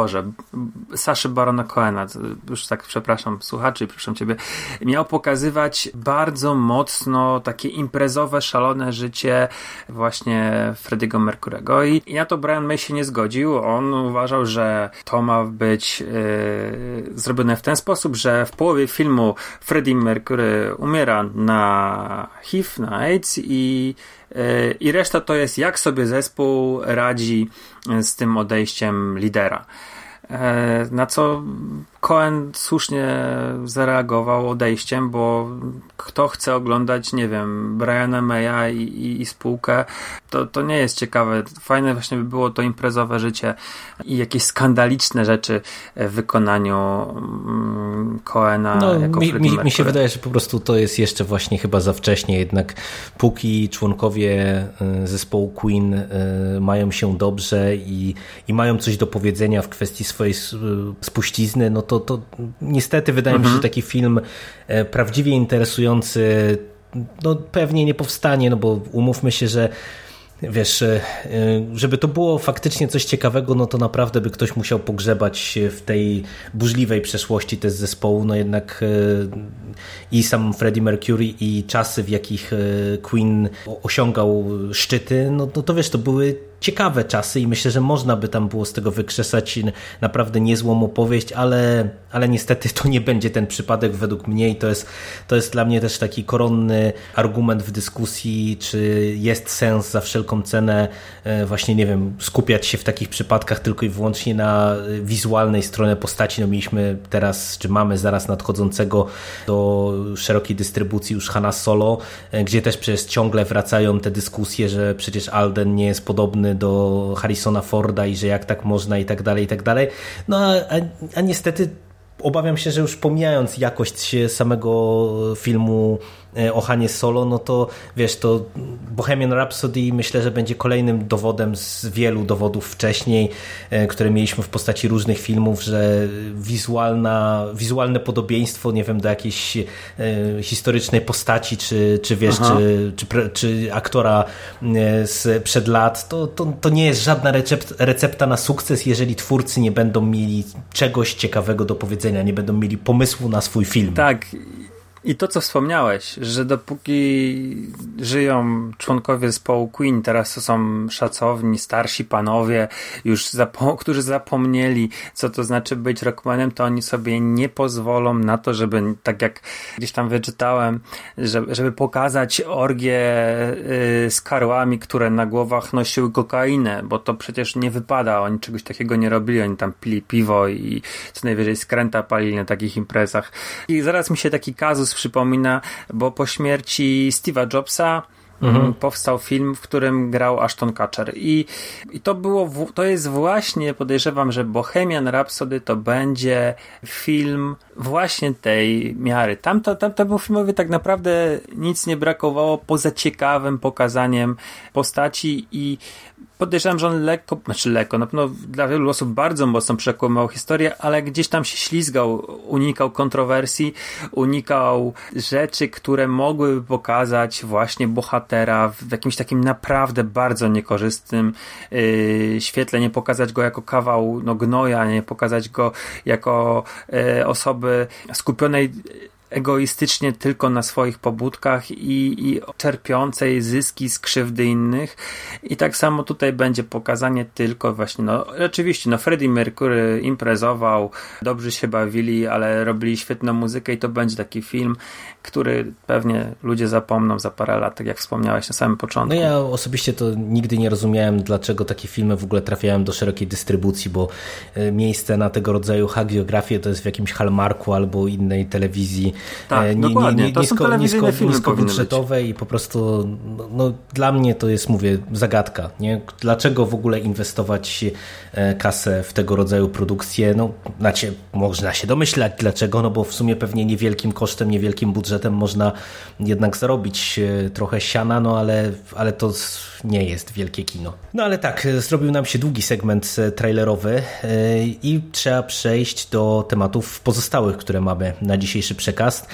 Saszy Barona Cohena, już tak przepraszam słuchaczy, proszę ciebie, miał pokazywać bardzo mocno takie imprezowe, szalone życie właśnie Freddie'ego Mercury'ego i na to Brian May się nie zgodził. On uważał, że to ma być zrobione w ten sposób, że w połowie filmu Freddie Mercury umiera na HIV, na AIDS i reszta to jest, jak sobie zespół radzi z tym odejściem lidera. Na co Cohen słusznie zareagował odejściem, bo kto chce oglądać, nie wiem, Briana Maya i spółkę, to nie jest ciekawe. Fajne właśnie by było to imprezowe życie i jakieś skandaliczne rzeczy w wykonaniu Cohena jako Freddie Mercury. Mi się wydaje, że po prostu to jest jeszcze właśnie chyba za wcześnie, jednak póki członkowie zespołu Queen mają się dobrze i mają coś do powiedzenia w kwestii swojej spuścizny, no to niestety wydaje mi się, że taki film prawdziwie interesujący no pewnie nie powstanie, no bo umówmy się, że wiesz, żeby to było faktycznie coś ciekawego, no to naprawdę by ktoś musiał pogrzebać w tej burzliwej przeszłości też zespołu, no jednak i sam Freddie Mercury i czasy, w jakich Queen osiągał szczyty, no to wiesz, to były ciekawe czasy i myślę, że można by tam było z tego wykrzesać naprawdę niezłą opowieść, ale niestety to nie będzie ten przypadek według mnie i to jest dla mnie też taki koronny argument w dyskusji, czy jest sens za wszelką cenę właśnie, nie wiem, skupiać się w takich przypadkach tylko i wyłącznie na wizualnej stronie postaci. No mieliśmy teraz, czy mamy zaraz nadchodzącego do szerokiej dystrybucji już Hanna Solo, gdzie też przecież ciągle wracają te dyskusje, że przecież Alden nie jest podobny do Harrisona Forda i że jak tak można i tak dalej, i tak dalej. No a niestety obawiam się, że już pomijając jakość samego filmu o Hanie Solo, no to wiesz, to Bohemian Rhapsody myślę, że będzie kolejnym dowodem z wielu dowodów wcześniej, które mieliśmy w postaci różnych filmów, że wizualne podobieństwo, nie wiem, do jakiejś historycznej postaci, czy wiesz, czy aktora sprzed lat, to nie jest żadna recepta na sukces, jeżeli twórcy nie będą mieli czegoś ciekawego do powiedzenia, nie będą mieli pomysłu na swój film. Tak. I to, co wspomniałeś, że dopóki żyją członkowie zespołu Queen, teraz to są szacowni, starsi panowie, już którzy zapomnieli, co to znaczy być rockmanem, to oni sobie nie pozwolą na to, żeby, tak jak gdzieś tam wyczytałem, żeby pokazać orgie z karłami, które na głowach nosiły kokainę, bo to przecież nie wypada, oni czegoś takiego nie robili, oni tam pili piwo i co najwyżej skręta palili na takich imprezach. I zaraz mi się taki kazus przypomina, bo po śmierci Steve'a Jobsa powstał film, w którym grał Ashton Kutcher i to jest właśnie, podejrzewam, że Bohemian Rhapsody to będzie film właśnie tej miary. Tam był filmowi tak naprawdę nic nie brakowało poza ciekawym pokazaniem postaci i podejrzewam, że on lekko, na pewno dla wielu osób bardzo mocno przekłamał historię, ale gdzieś tam się ślizgał, unikał kontrowersji, unikał rzeczy, które mogłyby pokazać właśnie bohatera w jakimś takim naprawdę bardzo niekorzystnym świetle, nie pokazać go jako kawał gnoja, nie pokazać go jako osoby skupionej egoistycznie tylko na swoich pobudkach i czerpiącej zyski z krzywdy innych. I tak samo tutaj będzie pokazanie tylko właśnie, oczywiście, Freddie Mercury imprezował, dobrze się bawili, ale robili świetną muzykę i to będzie taki film, który pewnie ludzie zapomną za parę lat, tak jak wspomniałeś na samym początku. No ja osobiście to nigdy nie rozumiałem, dlaczego takie filmy w ogóle trafiają do szerokiej dystrybucji, bo miejsce na tego rodzaju hagiografię to jest w jakimś Hallmarku albo innej telewizji. Tak, dokładnie. To są telewizyjne filmy niskobudżetowe i po prostu dla mnie to jest, mówię, zagadka. Nie? Dlaczego w ogóle inwestować kasę w tego rodzaju produkcje? Można się domyślać dlaczego, bo w sumie pewnie niewielkim kosztem, niewielkim budżetem można jednak zarobić trochę siana, ale to nie jest wielkie kino. No ale tak, zrobił nam się długi segment trailerowy i trzeba przejść do tematów pozostałych, które mamy na dzisiejszy przekaz,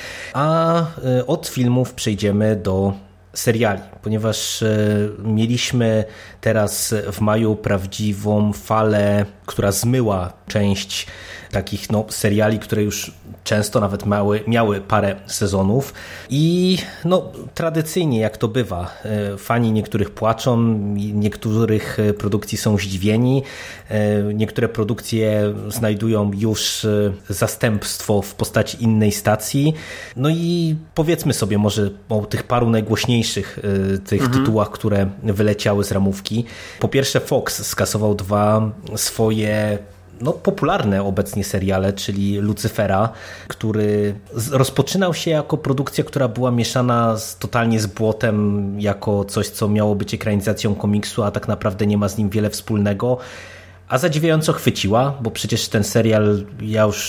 a od filmów przejdziemy do seriali, ponieważ mieliśmy teraz w maju prawdziwą falę, która zmyła część takich seriali, które już często nawet miały parę sezonów i tradycyjnie, jak to bywa, fani niektórych płaczą, niektórych produkcji są zdziwieni, niektóre produkcje znajdują już zastępstwo w postaci innej stacji. No i powiedzmy sobie może o tych paru najgłośniejszych tych tytułach, które wyleciały z ramówki. Po pierwsze, Fox skasował 2 swoje popularne obecnie seriale, czyli Lucyfera, który rozpoczynał się jako produkcja, która była mieszana totalnie z błotem, jako coś, co miało być ekranizacją komiksu, a tak naprawdę nie ma z nim wiele wspólnego, a zadziwiająco chwyciła, bo przecież ten serial, ja już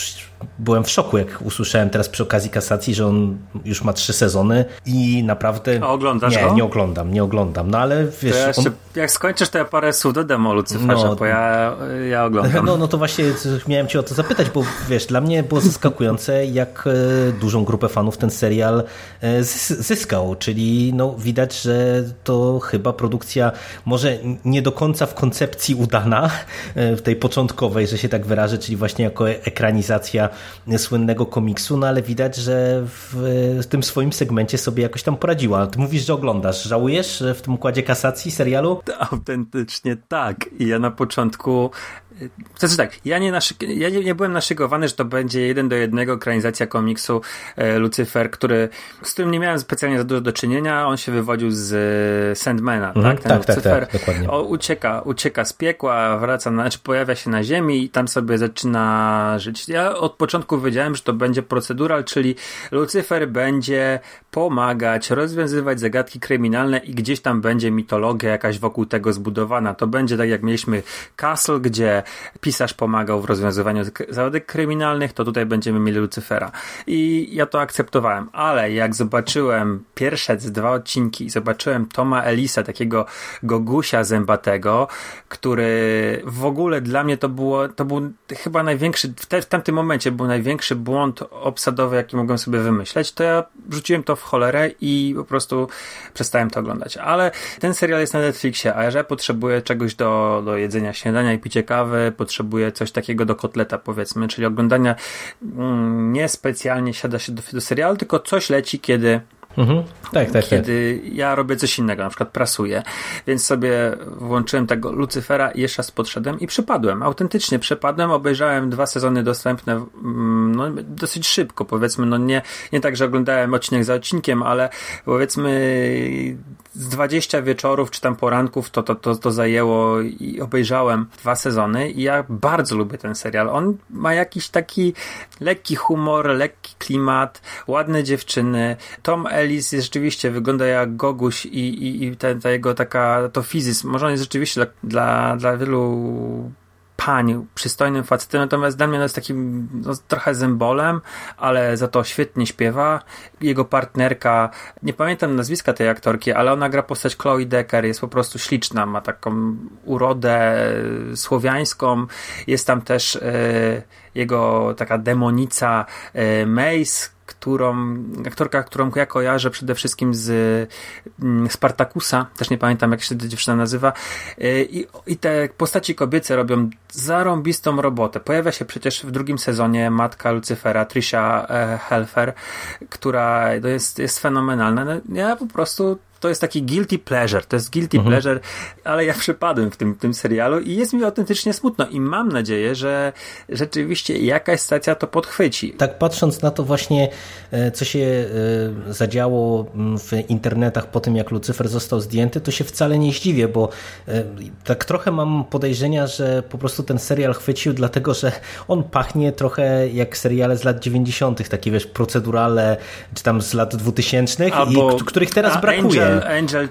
byłem w szoku, jak usłyszałem teraz przy okazji kasacji, że on już ma 3 sezony i naprawdę... A oglądasz go? Nie oglądam, no ale wiesz... Jak skończysz, to ja parę słów dodam o Lucyferze, bo ja oglądam. No to właśnie miałem cię o to zapytać, bo wiesz, dla mnie było zaskakujące, jak dużą grupę fanów ten serial zyskał, czyli no widać, że to chyba produkcja może nie do końca w koncepcji udana, w tej początkowej, że się tak wyrażę, czyli właśnie jako ekranizacja słynnego komiksu, no ale widać, że w tym swoim segmencie sobie jakoś tam poradziła. Ty mówisz, że oglądasz. Żałujesz w tym układzie kasacji serialu? Autentycznie tak. I ja na początku... Znaczy tak, ja nie byłem naszygowany, że to będzie 1:1 ekranizacja komiksu Lucyfer, z którym nie miałem specjalnie za dużo do czynienia. On się wywodził z Sandmana, tak? Ten Lucyfer dokładnie. Ucieka z piekła, pojawia się na ziemi i tam sobie zaczyna żyć. Ja od początku wiedziałem, że to będzie procedural, czyli Lucyfer będzie pomagać, rozwiązywać zagadki kryminalne i gdzieś tam będzie mitologia jakaś wokół tego zbudowana. To będzie tak, jak mieliśmy Castle, gdzie pisarz pomagał w rozwiązywaniu zagadek kryminalnych, to tutaj będziemy mieli Lucyfera. I ja to akceptowałem, ale jak zobaczyłem pierwsze 2 odcinki i zobaczyłem Toma Ellisa, takiego gogusia zębatego, który w ogóle dla mnie to był chyba największy, w tamtym momencie był największy błąd obsadowy, jaki mogłem sobie wymyśleć, to ja rzuciłem to w cholerę i po prostu przestałem to oglądać. Ale ten serial jest na Netflixie, a ja potrzebuję czegoś do jedzenia śniadania i picia kawy, potrzebuję coś takiego do kotleta, powiedzmy, czyli oglądania nie specjalnie siada się do serialu, tylko coś leci, kiedy kiedy ja robię coś innego, na przykład prasuję, więc sobie włączyłem tego Lucyfera i jeszcze raz podszedłem i autentycznie przepadłem, obejrzałem 2 sezony dostępne dosyć szybko, powiedzmy, nie tak, że oglądałem odcinek za odcinkiem, ale powiedzmy z 20 wieczorów czy tam poranków to zajęło i obejrzałem 2 sezony i ja bardzo lubię ten serial. On ma jakiś taki lekki humor, lekki klimat, ładne dziewczyny. Tom Ellis rzeczywiście wygląda jak goguś i ta jego to fizys. Może on jest rzeczywiście dla wielu pań przystojnym facetem, natomiast dla mnie on jest takim trochę zębolem, ale za to świetnie śpiewa. Jego partnerka, nie pamiętam nazwiska tej aktorki, ale ona gra postać Chloe Decker, jest po prostu śliczna, ma taką urodę słowiańską. Jest tam też jego taka demonica Mace, aktorka, którą ja kojarzę przede wszystkim z Spartakusa, też nie pamiętam, jak się ta dziewczyna nazywa, i te postaci kobiece robią zarąbistą robotę. Pojawia się przecież w 2 sezonie matka Lucyfera, Tricia Helfer, która jest fenomenalna. Ja po prostu to jest taki guilty pleasure, ale ja przepadłem w tym serialu i jest mi autentycznie smutno i mam nadzieję, że rzeczywiście jakaś stacja to podchwyci. Tak patrząc na to właśnie, co się zadziało w internetach po tym, jak Lucyfer został zdjęty, to się wcale nie zdziwię, bo tak trochę mam podejrzenia, że po prostu ten serial chwycił, dlatego że on pachnie trochę jak seriale z lat 90., takie wiesz, procedurale, czy tam z lat 2000, których teraz brakuje. Angel,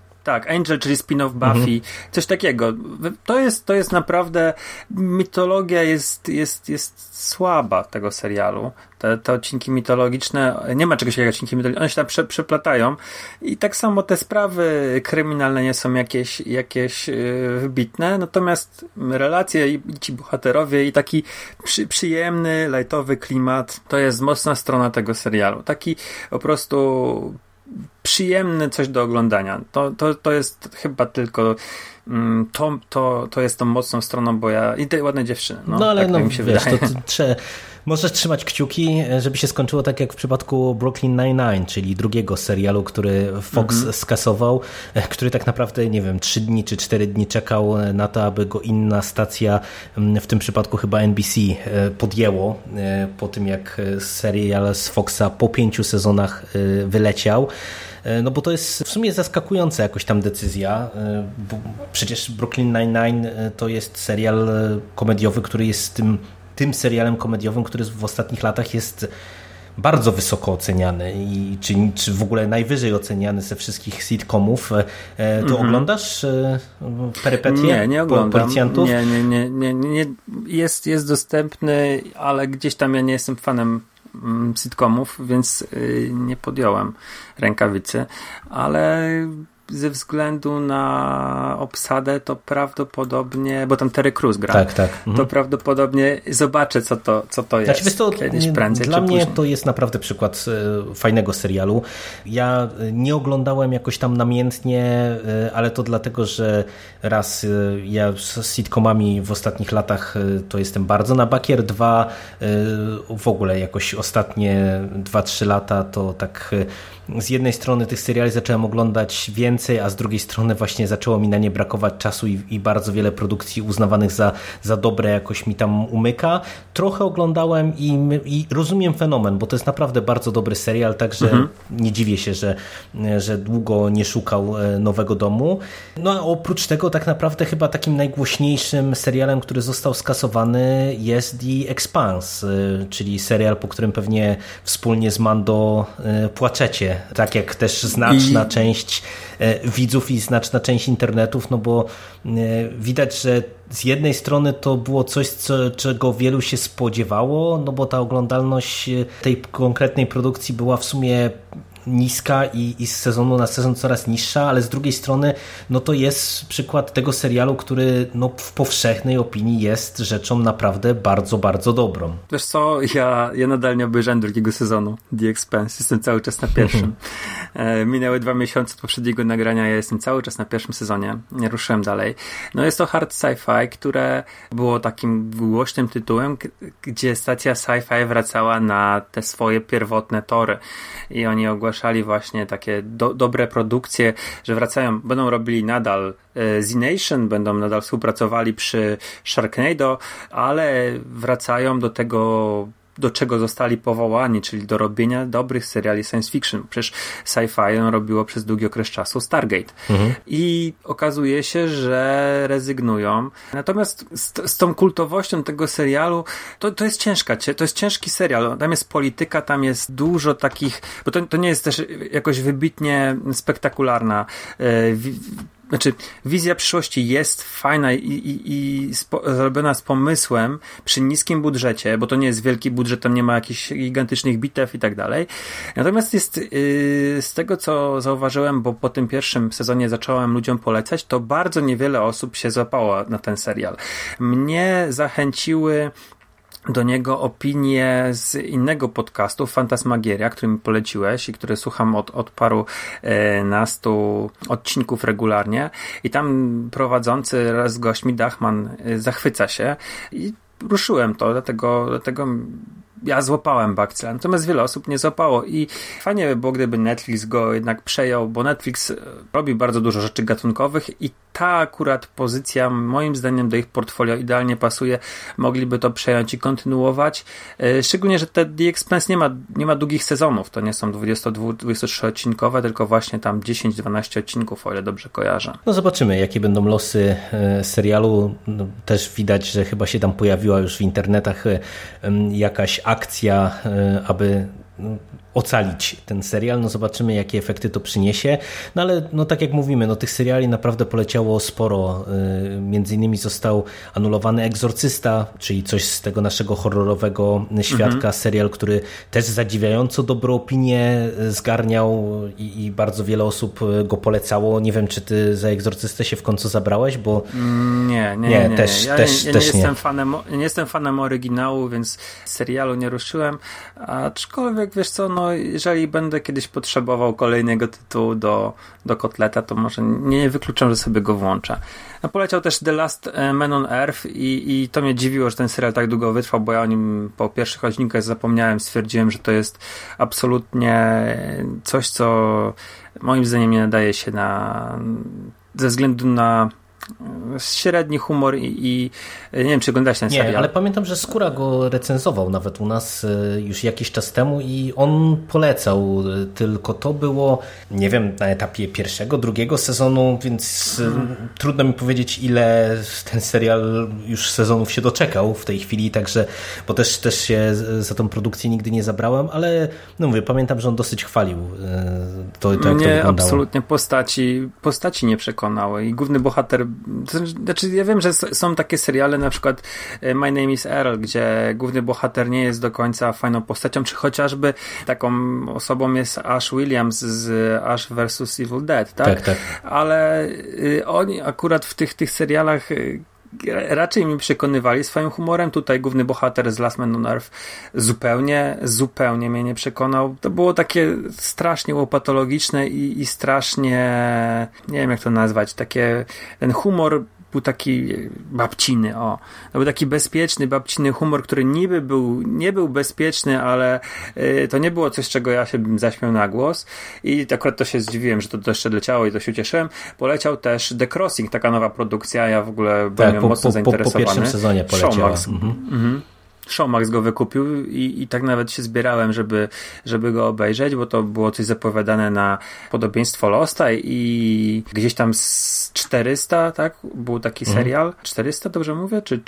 czyli spin-off Buffy, coś takiego. To jest naprawdę, mitologia jest słaba tego serialu. Te odcinki mitologiczne, nie ma czegoś takiego jak odcinki mitologiczne, one się tam przeplatają i tak samo te sprawy kryminalne nie są jakieś wybitne, natomiast relacje i ci bohaterowie i taki przyjemny, lightowy klimat, to jest mocna strona tego serialu. Taki po prostu przyjemne coś do oglądania. To jest chyba tylko to jest tą mocną stroną, bo i te ładne dziewczyny. Ale tak mi się wydaje. Możesz trzymać kciuki, żeby się skończyło tak jak w przypadku Brooklyn Nine-Nine, czyli drugiego serialu, który Fox skasował, który tak naprawdę, nie wiem, 3 dni czy 4 dni czekał na to, aby go inna stacja, w tym przypadku chyba NBC, podjęło po tym, jak serial z Foxa po 5 sezonach wyleciał. No bo to jest w sumie zaskakująca jakoś tam decyzja, bo przecież Brooklyn Nine-Nine to jest serial komediowy, który jest tym serialem komediowym, który w ostatnich latach jest bardzo wysoko oceniany i czy w ogóle najwyżej oceniany ze wszystkich sitcomów. Ty oglądasz perypetie nie oglądam. Policjantów? Nie. Jest dostępny, ale gdzieś tam ja nie jestem fanem sitcomów, więc nie podjąłem rękawicy, ale ze względu na obsadę to prawdopodobnie, bo tam Terry Crews gra, tak. To prawdopodobnie zobaczę, co to jest. Znaczy, to, kiedyś prędzej dla czy mnie później. to jest naprawdę przykład fajnego serialu. Ja nie oglądałem jakoś tam namiętnie, ale to dlatego, że raz ja z sitcomami w ostatnich latach to jestem bardzo na bakier, dwa w ogóle jakoś ostatnie 2-3 lata to tak z jednej strony tych seriali zacząłem oglądać więcej, a z drugiej strony właśnie zaczęło mi na nie brakować czasu i bardzo wiele produkcji uznawanych za dobre jakoś mi tam umyka. Trochę oglądałem i rozumiem fenomen, bo to jest naprawdę bardzo dobry serial, także nie dziwię się, że długo nie szukał nowego domu. No a oprócz tego tak naprawdę chyba takim najgłośniejszym serialem, który został skasowany, jest The Expanse, czyli serial, po którym pewnie wspólnie z Mando płaczecie. Tak jak też znaczna część widzów i znaczna część internetów, no bo widać, że z jednej strony to było coś, czego wielu się spodziewało, no bo ta oglądalność tej konkretnej produkcji była w sumie niska i z sezonu na sezon coraz niższa, ale z drugiej strony no to jest przykład tego serialu, który no w powszechnej opinii jest rzeczą naprawdę bardzo, bardzo dobrą. Wiesz co, ja nadal nie obejrzałem drugiego sezonu The Expanse, jestem cały czas na pierwszym. Minęły 2 miesiące od poprzedniego nagrania, ja jestem cały czas na pierwszym sezonie, nie ruszyłem dalej. No jest to hard sci-fi, które było takim głośnym tytułem, gdzie stacja sci-fi wracała na te swoje pierwotne tory i oni ogłaszali właśnie takie dobre produkcje, że wracają, będą robili nadal Z-Nation, będą nadal współpracowali przy Sharknado, ale wracają do tego, do czego zostali powołani, czyli do robienia dobrych seriali science fiction. Przecież sci-fi robiło przez długi okres czasu Stargate. I okazuje się, że rezygnują. Natomiast z tą kultowością tego serialu to jest ciężka, to jest ciężki serial. Tam jest polityka, tam jest dużo takich, bo to nie jest też jakoś wybitnie spektakularna. Znaczy, wizja przyszłości jest fajna i zrobiona z pomysłem przy niskim budżecie, bo to nie jest wielki budżet, tam nie ma jakichś gigantycznych bitew i tak dalej. Natomiast jest z tego, co zauważyłem, bo po tym pierwszym sezonie zacząłem ludziom polecać, to bardzo niewiele osób się złapało na ten serial. Mnie zachęciły do niego opinie z innego podcastu, Fantasmagieria, który mi poleciłeś i który słucham od paru nastu odcinków regularnie i tam prowadzący raz z gośćmi Dachman zachwyca się i ruszyłem to, dlatego ja złapałem bakcyla, natomiast wiele osób nie złapało i fajnie by było, gdyby Netflix go jednak przejął, bo Netflix robi bardzo dużo rzeczy gatunkowych i ta akurat pozycja moim zdaniem do ich portfolio idealnie pasuje. Mogliby to przejąć i kontynuować. Szczególnie, że The Expanse nie ma długich sezonów. To nie są 22-23 odcinkowe, tylko właśnie tam 10-12 odcinków, o ile dobrze kojarzę. No zobaczymy, jakie będą losy serialu. No, też widać, że chyba się tam pojawiła już w internetach jakaś akcja, aby ocalić ten serial. No zobaczymy, jakie efekty to przyniesie. No ale no tak jak mówimy, no tych seriali naprawdę poleciało sporo. Między innymi został anulowany Egzorcysta, czyli coś z tego naszego horrorowego świadka, serial, który też zadziwiająco dobrą opinię zgarniał i bardzo wiele osób go polecało. Nie wiem, czy ty za Egzorcystę się w końcu zabrałeś, bo nie. Nie jestem fanem oryginału, więc serialu nie ruszyłem. Aczkolwiek wiesz co, no jeżeli będę kiedyś potrzebował kolejnego tytułu do kotleta, to może nie wykluczam, że sobie go włączę. No, poleciał też The Last Man on Earth i to mnie dziwiło, że ten serial tak długo wytrwał, bo ja o nim po pierwszych odcinkach zapomniałem, stwierdziłem, że to jest absolutnie coś, co moim zdaniem nie nadaje się ze względu na średni humor i nie wiem, czy oglądałeś ten serial. Nie, ale pamiętam, że Skóra go recenzował nawet u nas już jakiś czas temu i on polecał, tylko to było, nie wiem, na etapie pierwszego, drugiego sezonu, więc trudno mi powiedzieć, ile ten serial już sezonów się doczekał w tej chwili, także, bo też się za tą produkcję nigdy nie zabrałem, ale no mówię, pamiętam, że on dosyć chwalił to jak to wyglądało. Absolutnie postaci nie przekonały i główny bohater, znaczy ja wiem, że są takie seriale, na przykład My Name is Earl, gdzie główny bohater nie jest do końca fajną postacią, czy chociażby taką osobą jest Ash Williams z Ash vs. Evil Dead, tak? Tak. Ale oni akurat w tych serialach raczej mnie przekonywali swoim humorem. Tutaj główny bohater z Last Man on Earth zupełnie mnie nie przekonał. To było takie strasznie łopatologiczne i strasznie, nie wiem jak to nazwać, ten humor był taki babciny, to był taki bezpieczny, babciny humor, który nie był bezpieczny, ale to nie było coś, czego ja się bym zaśmiał na głos i akurat to się zdziwiłem, że to jeszcze leciało i to się ucieszyłem. Poleciał też The Crossing, taka nowa produkcja, ja w ogóle byłem mocno zainteresowany. Po pierwszym sezonie poleciała. Showmax go wykupił i tak nawet się zbierałem, żeby go obejrzeć, bo to było coś zapowiadane na podobieństwo Losta i gdzieś tam z 400, tak? Był taki serial. 400, dobrze mówię? Czy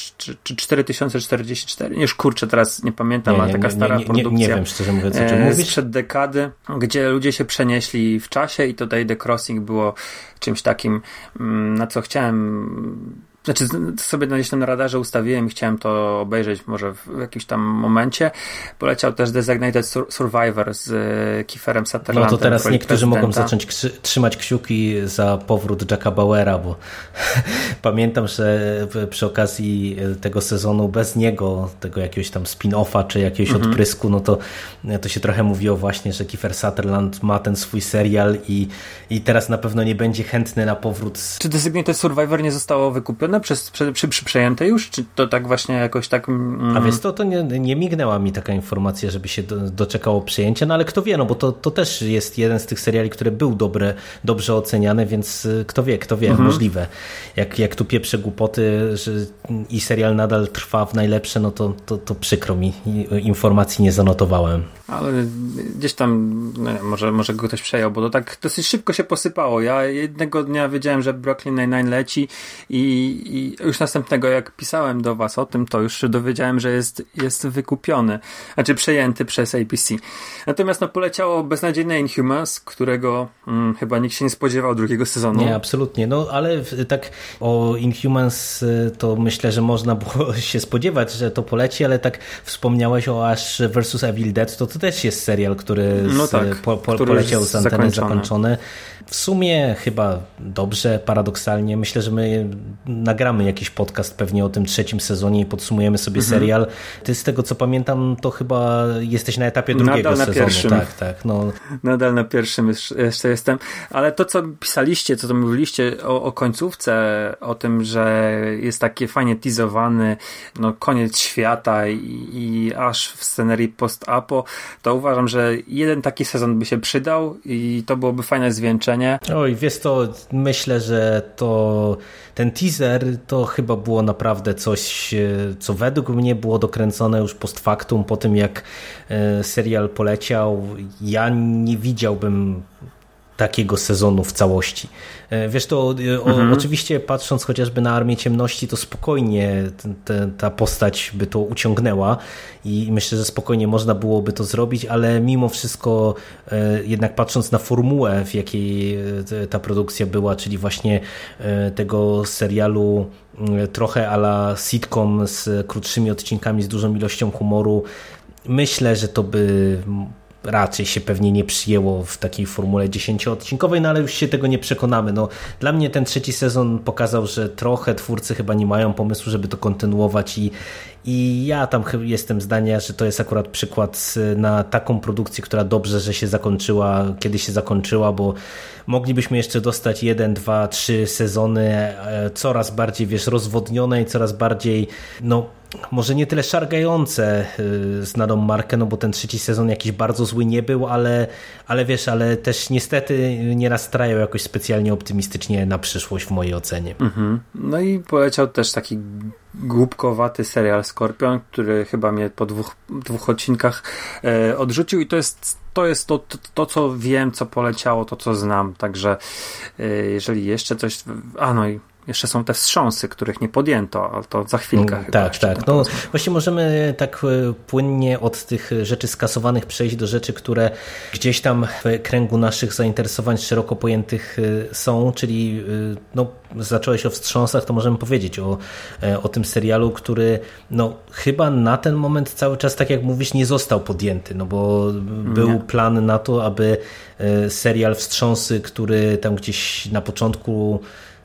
4044? Już kurczę, teraz nie pamiętam, ale taka stara produkcja. Nie wiem, szczerze mówiąc, o czym mówisz. Sprzed dekady, gdzie ludzie się przenieśli w czasie i tutaj The Crossing było czymś takim, na co chciałem... Znaczy sobie gdzieś tam na radarze ustawiłem i chciałem to obejrzeć może w jakimś tam momencie. Poleciał też Designated Survivor z Kieferem Sutherlandem. No to teraz niektórzy mogą zacząć trzymać kciuki za powrót Jacka Bauera, bo pamiętam, że przy okazji tego sezonu bez niego, tego jakiegoś tam spin-offa czy jakiegoś odprysku, no to się trochę mówiło właśnie, że Kiefer Sutherland ma ten swój serial i teraz na pewno nie będzie chętny na powrót. Czy Designated Survivor nie zostało wykupione przy przejęte już? Czy to tak właśnie jakoś tak... A wiesz, to nie mignęła mi taka informacja, żeby się doczekało przejęcia, no ale kto wie, no bo to też jest jeden z tych seriali, który był dobrze oceniany, więc kto wie, możliwe. Jak tu pieprzę głupoty, że i serial nadal trwa w najlepsze, no to przykro mi, informacji nie zanotowałem. Ale gdzieś tam, może go ktoś przejął, bo to tak dosyć szybko się posypało. Ja jednego dnia wiedziałem, że Brooklyn Nine-Nine leci i już następnego, jak pisałem do was o tym, to już dowiedziałem, że jest wykupiony, znaczy przejęty przez ABC. Natomiast poleciało beznadziejne Inhumans, którego chyba nikt się nie spodziewał drugiego sezonu. Nie, absolutnie. No ale tak o Inhumans to myślę, że można było się spodziewać, że to poleci, ale tak wspomniałeś o Ash vs. Evil Dead, to też jest serial, który poleciał z anteny zakończony. W sumie chyba dobrze, paradoksalnie. Myślę, że my nagramy jakiś podcast pewnie o tym trzecim sezonie i podsumujemy sobie serial. Ty z tego co pamiętam, to chyba jesteś na etapie drugiego sezonu. Pierwszym. Tak. No. Nadal na pierwszym jeszcze jestem. Ale to, co pisaliście, co mówiliście o końcówce, o tym, że jest takie fajnie teasowany koniec świata i aż w scenerii post-apo, to uważam, że jeden taki sezon by się przydał i to byłoby fajne zwieńczenie. Oj, wiesz to, myślę, że ten teaser to chyba było naprawdę coś, co według mnie było dokręcone już post factum, po tym jak serial poleciał. Ja nie widziałbym takiego sezonu w całości. Wiesz, to oczywiście patrząc chociażby na Armię Ciemności, to spokojnie ta postać by to uciągnęła i myślę, że spokojnie można byłoby to zrobić, ale mimo wszystko jednak patrząc na formułę, w jakiej ta produkcja była, czyli właśnie tego serialu trochę a la sitcom z krótszymi odcinkami, z dużą ilością humoru, myślę, że to by raczej się pewnie nie przyjęło w takiej formule 10-odcinkowej, no ale już się tego nie przekonamy. Dla mnie ten trzeci sezon pokazał, że trochę twórcy chyba nie mają pomysłu, żeby to kontynuować i ja tam jestem zdania, że to jest akurat przykład na taką produkcję, która dobrze, że się zakończyła, kiedy się zakończyła, bo moglibyśmy jeszcze dostać 1, 2, 3 sezony coraz bardziej, rozwodnione i coraz bardziej może nie tyle szargające znaną markę, no bo ten 3. sezon jakiś bardzo zły nie był, ale wiesz, ale też niestety nie nastrają jakoś specjalnie optymistycznie na przyszłość w mojej ocenie. No i poleciał też taki głupkowaty serial Skorpion, który chyba mnie po dwóch odcinkach odrzucił i to jest to, co wiem, co poleciało, to, co znam. Także jeżeli jeszcze coś... no i jeszcze są te wstrząsy, których nie podjęto, ale to za chwilkę chyba. Tak. No, właśnie możemy tak płynnie od tych rzeczy skasowanych przejść do rzeczy, które gdzieś tam w kręgu naszych zainteresowań szeroko pojętych są, czyli no, zacząłeś o wstrząsach, to możemy powiedzieć o tym serialu, który no, chyba na ten moment cały czas, tak jak mówisz, nie został podjęty, no bo był plan na to, aby serial Wstrząsy, który tam gdzieś na początku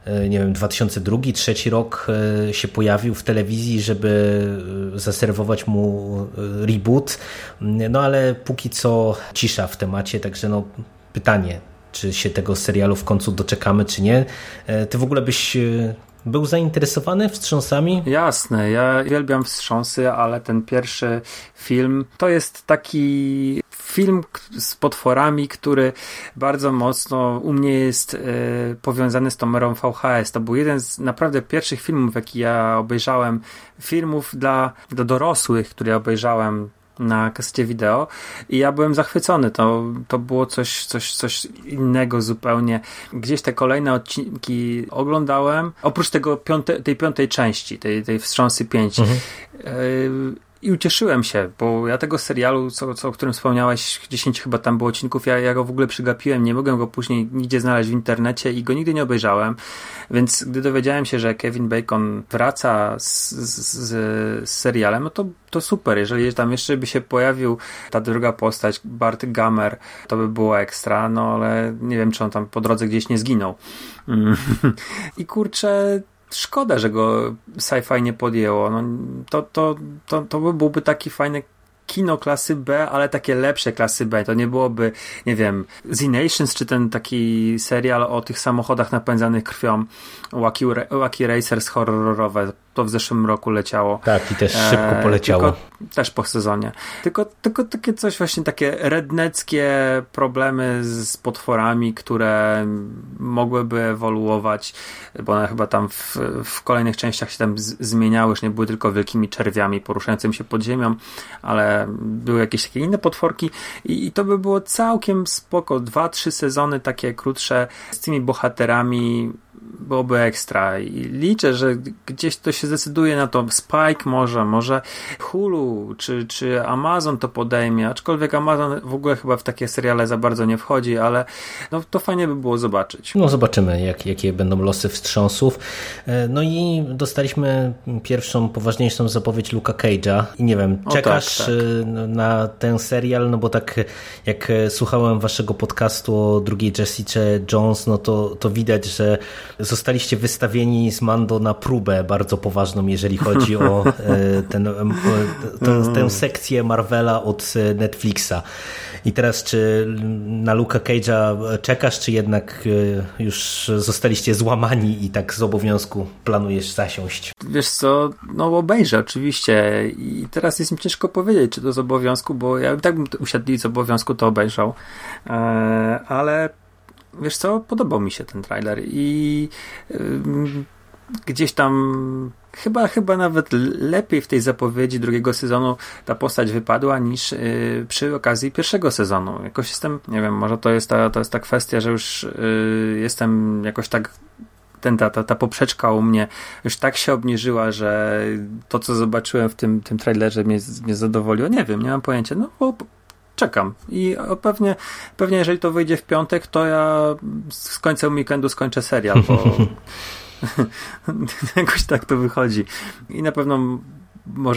2002-2003 rok się pojawił w telewizji, żeby zaserwować mu reboot, no ale póki co cisza w temacie, także no pytanie, czy się tego serialu w końcu doczekamy, czy nie. Ty w ogóle byś był zainteresowany wstrząsami? Jasne, ja uwielbiam wstrząsy, ale ten pierwszy film to jest taki film z potworami, który bardzo mocno u mnie jest powiązany z tą erą VHS. To był jeden z naprawdę pierwszych filmów, jaki ja obejrzałem, filmów dla dorosłych, które ja obejrzałem na kasecie wideo i ja byłem zachwycony. To było coś innego zupełnie. Gdzieś te kolejne odcinki oglądałem, oprócz tej 5. części, tej Wstrząsy 5. I ucieszyłem się, bo ja tego serialu, o którym wspomniałeś, 10 chyba tam było odcinków, ja go w ogóle przegapiłem, nie mogłem go później nigdzie znaleźć w internecie i go nigdy nie obejrzałem, więc gdy dowiedziałem się, że Kevin Bacon wraca z serialem, no to super, jeżeli tam jeszcze by się pojawił ta druga postać, Bart Gummer, to by było ekstra, no ale nie wiem, czy on tam po drodze gdzieś nie zginął. I kurczę, szkoda, że go sci-fi nie podjęło. No, to byłby taki fajny kino klasy B, ale takie lepsze klasy B. To nie byłoby, nie wiem, Z-Nations, czy ten taki serial o tych samochodach napędzanych krwią, Wacky Racers horrorowe. To w zeszłym roku leciało. Tak, i też szybko poleciało. Też po sezonie. Tylko takie coś właśnie, takie redneckie problemy z potworami, które mogłyby ewoluować, bo one chyba tam w kolejnych częściach się tam zmieniały, już nie były tylko wielkimi czerwiami poruszającymi się pod ziemią, ale były jakieś takie inne potworki i to by było całkiem spoko. 2-3 sezony takie krótsze z tymi bohaterami byłoby ekstra i liczę, że gdzieś to się zdecyduje na to. Spike może Hulu czy Amazon to podejmie, aczkolwiek Amazon w ogóle chyba w takie seriale za bardzo nie wchodzi, ale no, to fajnie by było zobaczyć. No zobaczymy, jakie będą losy wstrząsów. No i dostaliśmy pierwszą, poważniejszą zapowiedź Luke'a Cage'a i nie wiem, czekasz tak. na ten serial, no bo tak jak słuchałem waszego podcastu o drugiej Jessica Jones, no to widać, że zostaliście wystawieni z Mando na próbę bardzo poważną, jeżeli chodzi o tę sekcję Marvela od Netflixa. I teraz czy na Luke'a Cage'a czekasz, czy jednak już zostaliście złamani i tak z obowiązku planujesz zasiąść? Wiesz co, no obejrzę oczywiście i teraz jest mi ciężko powiedzieć, czy to z obowiązku, bo ja tak bym usiadł z obowiązku, to obejrzał. Ale wiesz co, podobał mi się ten trailer i gdzieś tam chyba nawet lepiej w tej zapowiedzi drugiego sezonu ta postać wypadła niż przy okazji pierwszego sezonu. Jakoś jestem, nie wiem, może to jest ta kwestia, że już jestem jakoś tak ta poprzeczka u mnie już tak się obniżyła, że to, co zobaczyłem w tym trailerze mnie zadowoliło. Nie wiem, nie mam pojęcia. No bo czekam i pewnie jeżeli to wyjdzie w piątek, to ja z końcem weekendu skończę serial, bo jakoś tak to wychodzi. I na pewno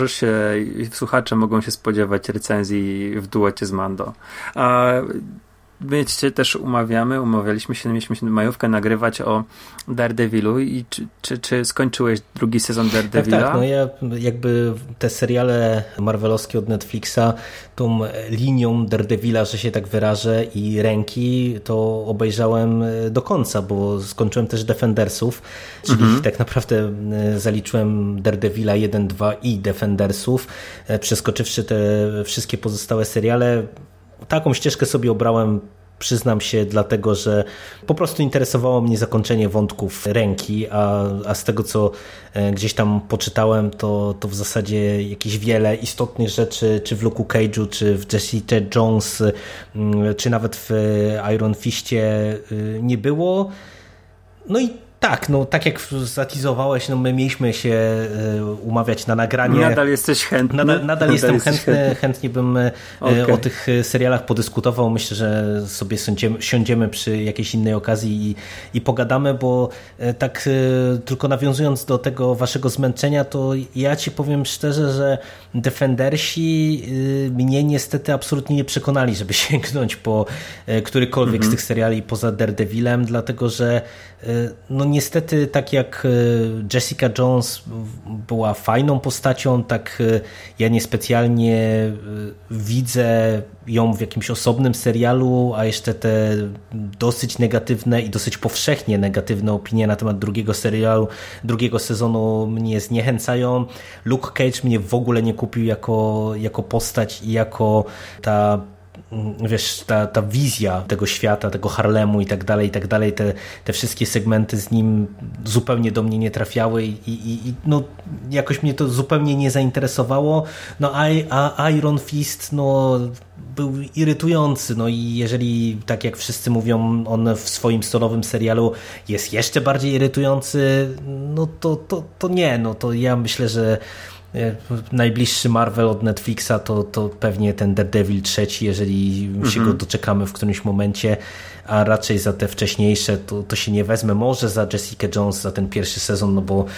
słuchacze mogą się spodziewać recenzji w duecie z Mando. A my cię też umawialiśmy się, mieliśmy się majówkę nagrywać o Daredevilu i czy skończyłeś drugi sezon Daredevila? Tak, no ja jakby te seriale marvelowskie od Netflixa, tą linią Daredevila, że się tak wyrażę, i Ręki, to obejrzałem do końca, bo skończyłem też Defendersów, czyli tak naprawdę zaliczyłem Daredevila 1, 2 i Defendersów, przeskoczywszy te wszystkie pozostałe seriale. Taką ścieżkę sobie obrałem, przyznam się, dlatego, że po prostu interesowało mnie zakończenie wątków Ręki, a z tego, co gdzieś tam poczytałem, to w zasadzie jakieś wiele istotnych rzeczy, czy w Luke'u Cage'u, czy w Jessica Jones, czy nawet w Iron Fistie nie było. No i tak, no tak jak zatizowałeś, no my mieliśmy się umawiać na nagranie. Nadal jesteś chętny? Nadal jestem chętny. Chętnie bym o tych serialach podyskutował. Myślę, że sobie siądziemy przy jakiejś innej okazji i pogadamy, bo tak tylko nawiązując do tego waszego zmęczenia, to ja ci powiem szczerze, że Defendersi mnie niestety absolutnie nie przekonali, żeby sięgnąć po którykolwiek z tych seriali poza Daredevilem, dlatego że no niestety, tak jak Jessica Jones była fajną postacią, tak ja niespecjalnie widzę ją w jakimś osobnym serialu, a jeszcze te dosyć negatywne i dosyć powszechnie negatywne opinie na temat drugiego sezonu mnie zniechęcają. Luke Cage mnie w ogóle nie kupił jako postać i jako ta, wiesz, ta wizja tego świata, tego Harlemu i tak dalej, te wszystkie segmenty z nim zupełnie do mnie nie trafiały i no jakoś mnie to zupełnie nie zainteresowało. No a Iron Fist, no był irytujący, no i jeżeli, tak jak wszyscy mówią, on w swoim solowym serialu jest jeszcze bardziej irytujący, no to nie, no to ja myślę, że najbliższy Marvel od Netflixa to pewnie ten Daredevil 3, jeżeli się go doczekamy w którymś momencie, a raczej za te wcześniejsze to się nie wezmę. Może za Jessica Jones, za ten pierwszy sezon, no bo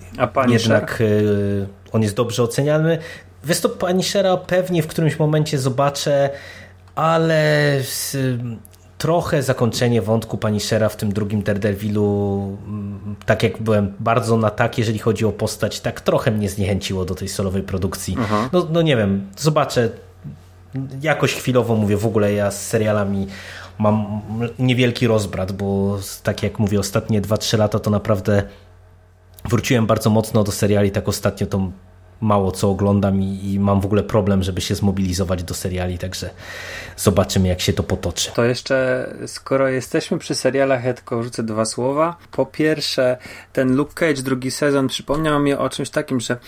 jednak on jest dobrze oceniany. Wiesz, to Punishera pewnie w którymś momencie zobaczę, ale trochę zakończenie wątku Punishera w tym drugim Daredevilu, tak jak byłem bardzo na tak, jeżeli chodzi o postać, tak trochę mnie zniechęciło do tej solowej produkcji. No nie wiem, zobaczę. Jakoś chwilowo mówię, w ogóle ja z serialami mam niewielki rozbrat, bo tak jak mówię, ostatnie 2-3 lata to naprawdę wróciłem bardzo mocno do seriali, tak ostatnio to mało co oglądam i mam w ogóle problem, żeby się zmobilizować do seriali, także zobaczymy, jak się to potoczy. To jeszcze, skoro jesteśmy przy serialach, ja tylko rzucę 2 słowa. Po pierwsze, ten Luke Cage, drugi sezon, przypomniał mi o czymś takim, że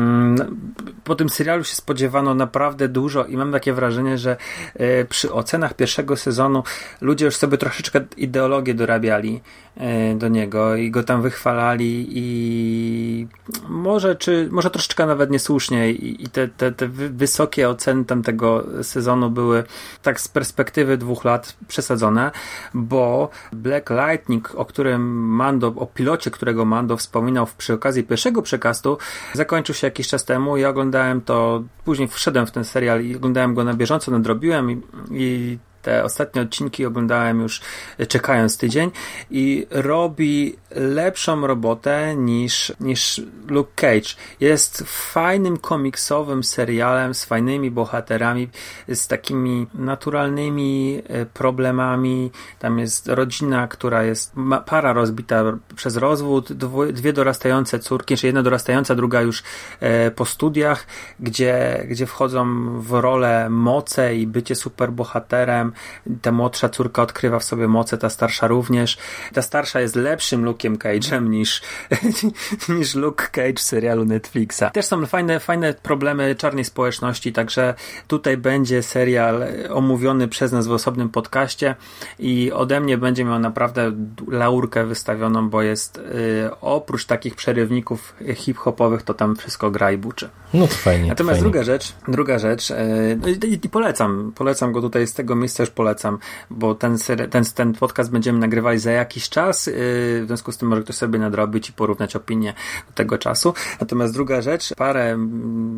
po tym serialu się spodziewano naprawdę dużo i mam takie wrażenie, że przy ocenach pierwszego sezonu ludzie już sobie troszeczkę ideologię dorabiali do niego i go tam wychwalali i może troszeczkę nawet niesłusznie i te wysokie oceny tamtego sezonu były tak z perspektywy 2 lat przesadzone, bo Black Lightning, o pilocie, którego Mando wspominał przy okazji pierwszego przekastu, zakończył się jakiś czas temu. Ja oglądałem to, później wszedłem w ten serial i oglądałem go na bieżąco, nadrobiłem i te ostatnie odcinki oglądałem już czekając tydzień i robi lepszą robotę niż Luke Cage. Jest fajnym komiksowym serialem z fajnymi bohaterami, z takimi naturalnymi problemami. Tam jest rodzina, która jest para rozbita przez rozwód, 2 dorastające córki, czy jedna dorastająca, druga już po studiach, gdzie wchodzą w rolę moce i bycie superbohaterem. Ta młodsza córka odkrywa w sobie moce, ta starsza również. Ta starsza jest lepszym Luke'em Cage'em niż Luke Cage w serialu Netflixa. Też są fajne problemy czarnej społeczności, także tutaj będzie serial omówiony przez nas w osobnym podcaście i ode mnie będzie miał naprawdę laurkę wystawioną, bo jest oprócz takich przerywników hip-hopowych, to tam wszystko gra i buczy. No to fajnie. Natomiast druga rzecz i polecam go tutaj z tego miejsca, już polecam, bo ten podcast będziemy nagrywali za jakiś czas, w związku z tym może ktoś sobie nadrobić i porównać opinię do tego czasu. Natomiast druga rzecz, parę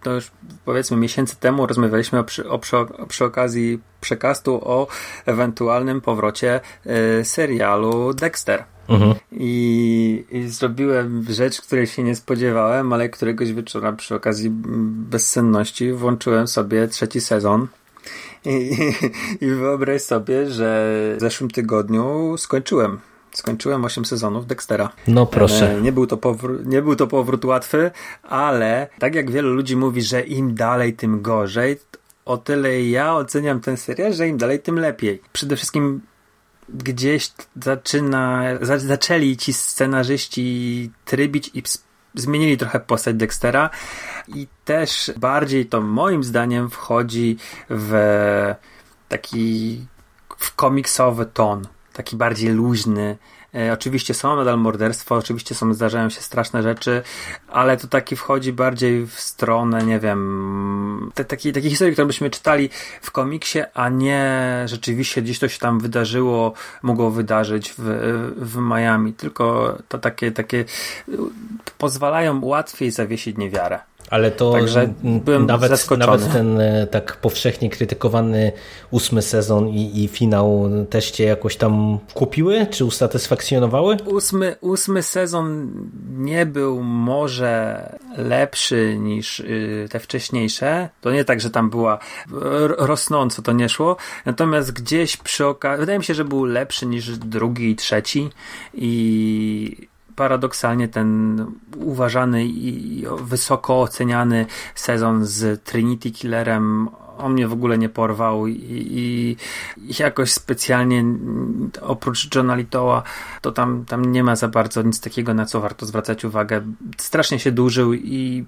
to już powiedzmy miesięcy temu rozmawialiśmy przy okazji przekastu o ewentualnym powrocie serialu Dexter. I zrobiłem rzecz, której się nie spodziewałem, ale któregoś wieczora przy okazji bezsenności włączyłem sobie 3. sezon. I wyobraź sobie, że w zeszłym tygodniu skończyłem 8 sezonów Dextera. No proszę. Nie był to powrót łatwy, ale tak jak wielu ludzi mówi, że im dalej, tym gorzej, o tyle ja oceniam ten serial, że im dalej, tym lepiej. Przede wszystkim gdzieś zaczęli ci scenarzyści trybić i zmienili trochę postać Dextera i też bardziej to moim zdaniem wchodzi w taki komiksowy ton, taki bardziej luźny. Oczywiście są nadal morderstwa, oczywiście zdarzają się straszne rzeczy, ale to taki wchodzi bardziej w stronę, nie wiem, takiej historii, które byśmy czytali w komiksie, a nie rzeczywiście gdzieś to się tam mogło wydarzyć w Miami, tylko to takie pozwalają łatwiej zawiesić niewiarę. Ale to także byłem zaskoczony. Nawet ten tak powszechnie krytykowany 8 sezon i finał też cię jakoś tam kupiły? Czy usatysfakcjonowały? 8 sezon nie był może lepszy niż te wcześniejsze. To nie tak, że tam była rosnąco to nie szło. Natomiast gdzieś przy okazji wydaje mi się, że był lepszy niż 2. i 3. i paradoksalnie ten uważany i wysoko oceniany sezon z Trinity Killerem, on mnie w ogóle nie porwał i jakoś specjalnie oprócz Johna Lithgowa to tam nie ma za bardzo nic takiego, na co warto zwracać uwagę. Strasznie się dłużył i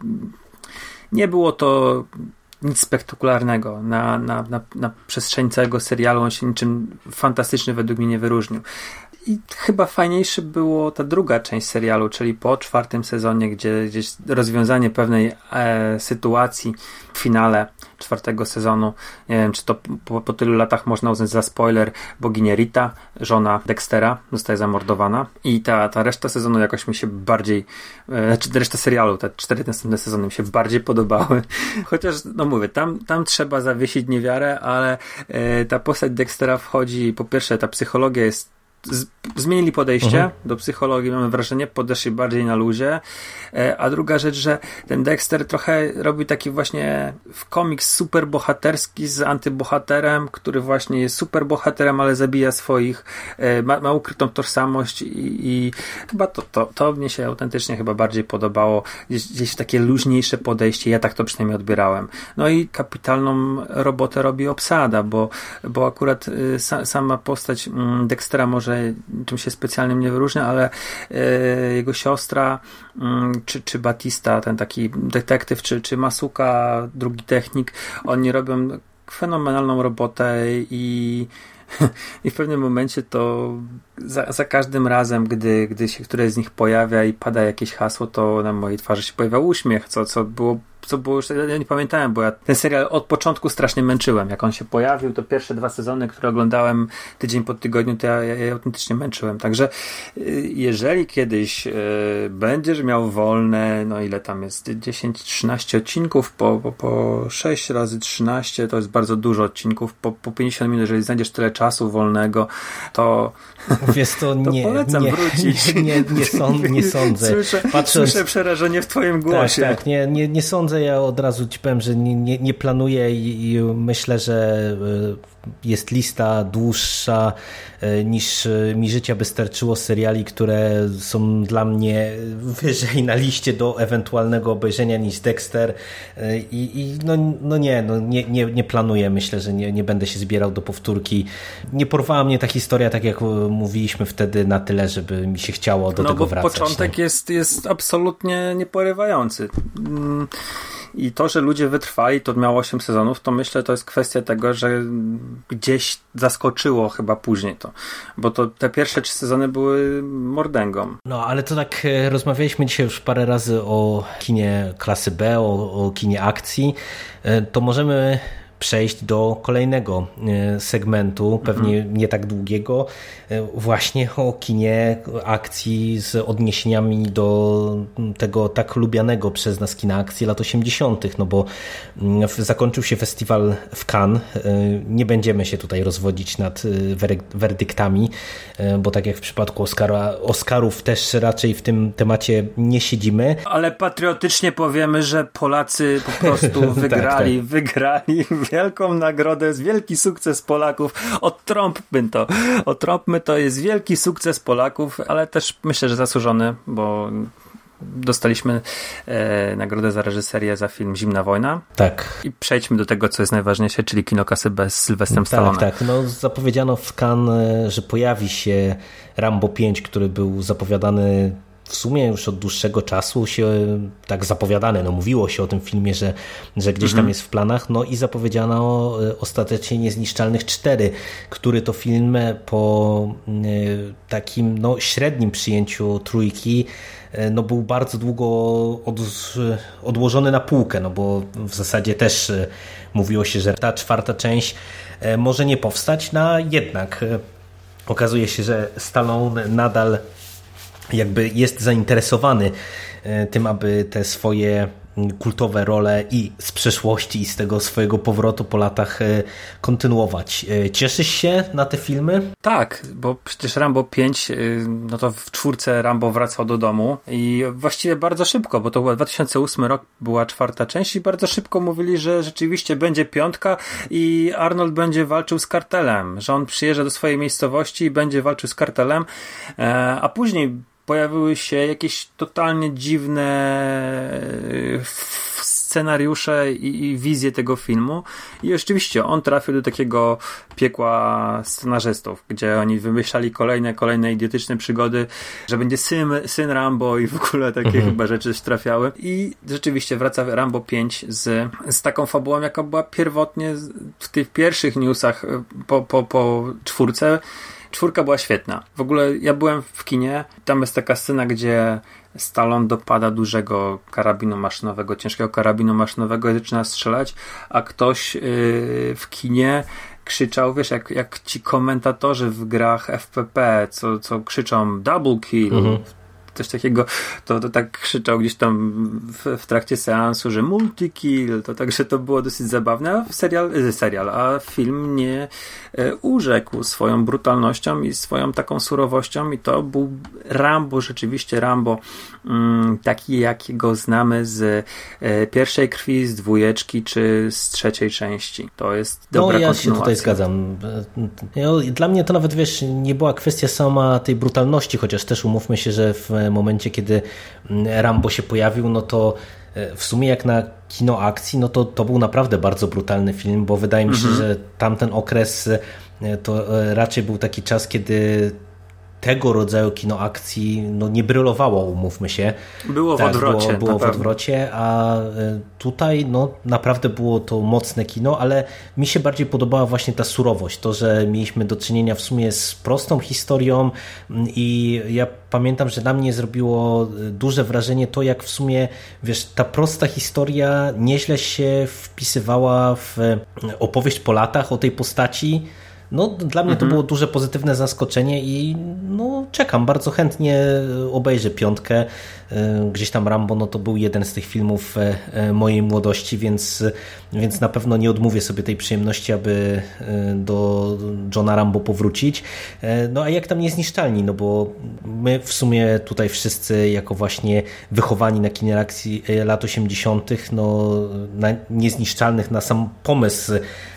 nie było to nic spektakularnego. Na przestrzeni całego serialu on się niczym fantastycznie według mnie nie wyróżnił. I chyba fajniejszy było ta druga część serialu, czyli po 4. sezonie, gdzie gdzieś rozwiązanie pewnej sytuacji w finale 4. sezonu, nie wiem, czy to po tylu latach można uznać za spoiler, bogini Rita, żona Dextera, zostaje zamordowana i ta reszta sezonu jakoś mi się bardziej, reszta serialu, te 4 następne sezony mi się bardziej podobały, chociaż no mówię, tam trzeba zawiesić niewiarę, ale ta postać Dextera wchodzi, po pierwsze ta psychologia jest zmienili podejście do psychologii, mamy wrażenie, podeszli bardziej na luzie, a druga rzecz, że ten Dexter trochę robi taki właśnie komiks superbohaterski z antybohaterem, który właśnie jest superbohaterem, ale zabija swoich, ma ukrytą tożsamość i chyba to mnie się autentycznie chyba bardziej podobało, gdzieś takie luźniejsze podejście, ja tak to przynajmniej odbierałem. No i kapitalną robotę robi obsada, bo akurat sama postać Dextera może czym się specjalnym nie wyróżnia, ale jego siostra czy Batista, ten taki detektyw, czy Masuka, drugi technik, oni robią fenomenalną robotę i w pewnym momencie to za każdym razem, gdy się któreś z nich pojawia i pada jakieś hasło, to na mojej twarzy się pojawia uśmiech, co było już, ja nie pamiętałem, bo ja ten serial od początku strasznie męczyłem. Jak on się pojawił, to pierwsze 2 sezony, które oglądałem tydzień po tygodniu, to ja autentycznie męczyłem. Także jeżeli kiedyś będziesz miał wolne, no ile tam jest, 10-13 odcinków, po 6 razy 13, to jest bardzo dużo odcinków, po 50 minut, jeżeli znajdziesz tyle czasu wolnego, to wiesz, to nie polecam wrócić. Nie sądzę. Słyszę przerażenie w twoim głosie. Tak, nie sądzę. Ja od razu ci powiem, że nie planuję i myślę, że jest lista dłuższa niż mi życia by starczyło seriali, które są dla mnie wyżej na liście do ewentualnego obejrzenia niż Dexter i nie planuję. Myślę, że nie będę się zbierał do powtórki. Nie porwała mnie ta historia, tak jak mówiliśmy wtedy, na tyle, żeby mi się chciało do tego wracać. Początek jest absolutnie nieporywający. I to, że ludzie wytrwali, to miało 8 sezonów, to myślę, to jest kwestia tego, że gdzieś zaskoczyło chyba później to. Bo to te pierwsze 3 sezony były mordęgą. No, ale to tak rozmawialiśmy dzisiaj już parę razy o kinie klasy B, o kinie akcji. To możemy przejść do kolejnego segmentu, pewnie nie tak długiego, właśnie o kinie akcji z odniesieniami do tego tak lubianego przez nas kina akcji lat 80., no bo zakończył się festiwal w Cannes. Nie będziemy się tutaj rozwodzić nad werdyktami, bo tak jak w przypadku Oscarów też raczej w tym temacie nie siedzimy. Ale patriotycznie powiemy, że Polacy po prostu wygrali, tak. Wygrali wielką nagrodę, jest wielki sukces Polaków. Odtrąbmy to, jest wielki sukces Polaków, ale też myślę, że zasłużony, bo dostaliśmy nagrodę za reżyserię za film Zimna wojna. Tak. I przejdźmy do tego, co jest najważniejsze, czyli kinokasy bez Sylwestrem Stallone. Tak. No, zapowiedziano w Cannes, że pojawi się Rambo 5, który był zapowiadany w sumie już od dłuższego czasu się tak zapowiadane, no mówiło się o tym filmie, że gdzieś tam jest w planach, no i zapowiedziano ostatecznie Niezniszczalnych 4, który to film po takim no średnim przyjęciu trójki no był bardzo długo odłożony na półkę, no bo w zasadzie też mówiło się, że ta czwarta część może nie powstać, no jednak okazuje się, że Stallone nadal jakby jest zainteresowany tym, aby te swoje kultowe role i z przeszłości, i z tego swojego powrotu po latach kontynuować. Cieszysz się na te filmy? Tak, bo przecież Rambo 5, no to w 4 Rambo wracał do domu i właściwie bardzo szybko, bo to był 2008 rok, była 4 część i bardzo szybko mówili, że rzeczywiście będzie 5 i Arnold będzie walczył z kartelem, że on przyjeżdża do swojej miejscowości i będzie walczył z kartelem, a później pojawiły się jakieś totalnie dziwne scenariusze i wizje tego filmu i oczywiście on trafił do takiego piekła scenarzystów, gdzie oni wymyślali kolejne idiotyczne przygody, że będzie syn Rambo i w ogóle takie chyba rzeczy trafiały i rzeczywiście wraca Rambo 5 z taką fabułą, jaka była pierwotnie w tych pierwszych newsach po 4. 4 była świetna. W ogóle ja byłem w kinie, tam jest taka scena, gdzie Stallone dopada dużego karabinu maszynowego, ciężkiego karabinu maszynowego i zaczyna strzelać, a ktoś w kinie krzyczał, wiesz, jak ci komentatorzy w grach FPP, co krzyczą double kill, coś takiego, to tak krzyczał gdzieś tam w trakcie seansu, że multi-kill, to także to było dosyć zabawne, a film mnie urzekł swoją brutalnością i swoją taką surowością i to był Rambo, rzeczywiście Rambo taki, jakiego znamy z pierwszej krwi, z 2 czy z 3 części. To jest dobra kontynuacja. Ja się tutaj zgadzam. Dla mnie to nawet, wiesz, nie była kwestia sama tej brutalności, chociaż też umówmy się, że w momencie, kiedy Rambo się pojawił, no to w sumie jak na kino akcji, no to był naprawdę bardzo brutalny film, bo wydaje mi się, że tamten okres to raczej był taki czas, kiedy tego rodzaju kino akcji no nie brylowało, umówmy się. Było w odwrocie. Było w odwrocie, a tutaj no naprawdę było to mocne kino, ale mi się bardziej podobała właśnie ta surowość, to, że mieliśmy do czynienia w sumie z prostą historią i ja pamiętam, że na mnie zrobiło duże wrażenie to, jak w sumie, wiesz, ta prosta historia nieźle się wpisywała w opowieść po latach o tej postaci. No, dla mnie to było duże pozytywne zaskoczenie i no, czekam, bardzo chętnie obejrzę 5. Gdzieś tam Rambo, no to był jeden z tych filmów mojej młodości, więc na pewno nie odmówię sobie tej przyjemności, aby do Johna Rambo powrócić. No a jak tam Niezniszczalni, no bo my w sumie tutaj wszyscy jako właśnie wychowani na kinie akcji lat 80., no na Niezniszczalnych, na sam pomysł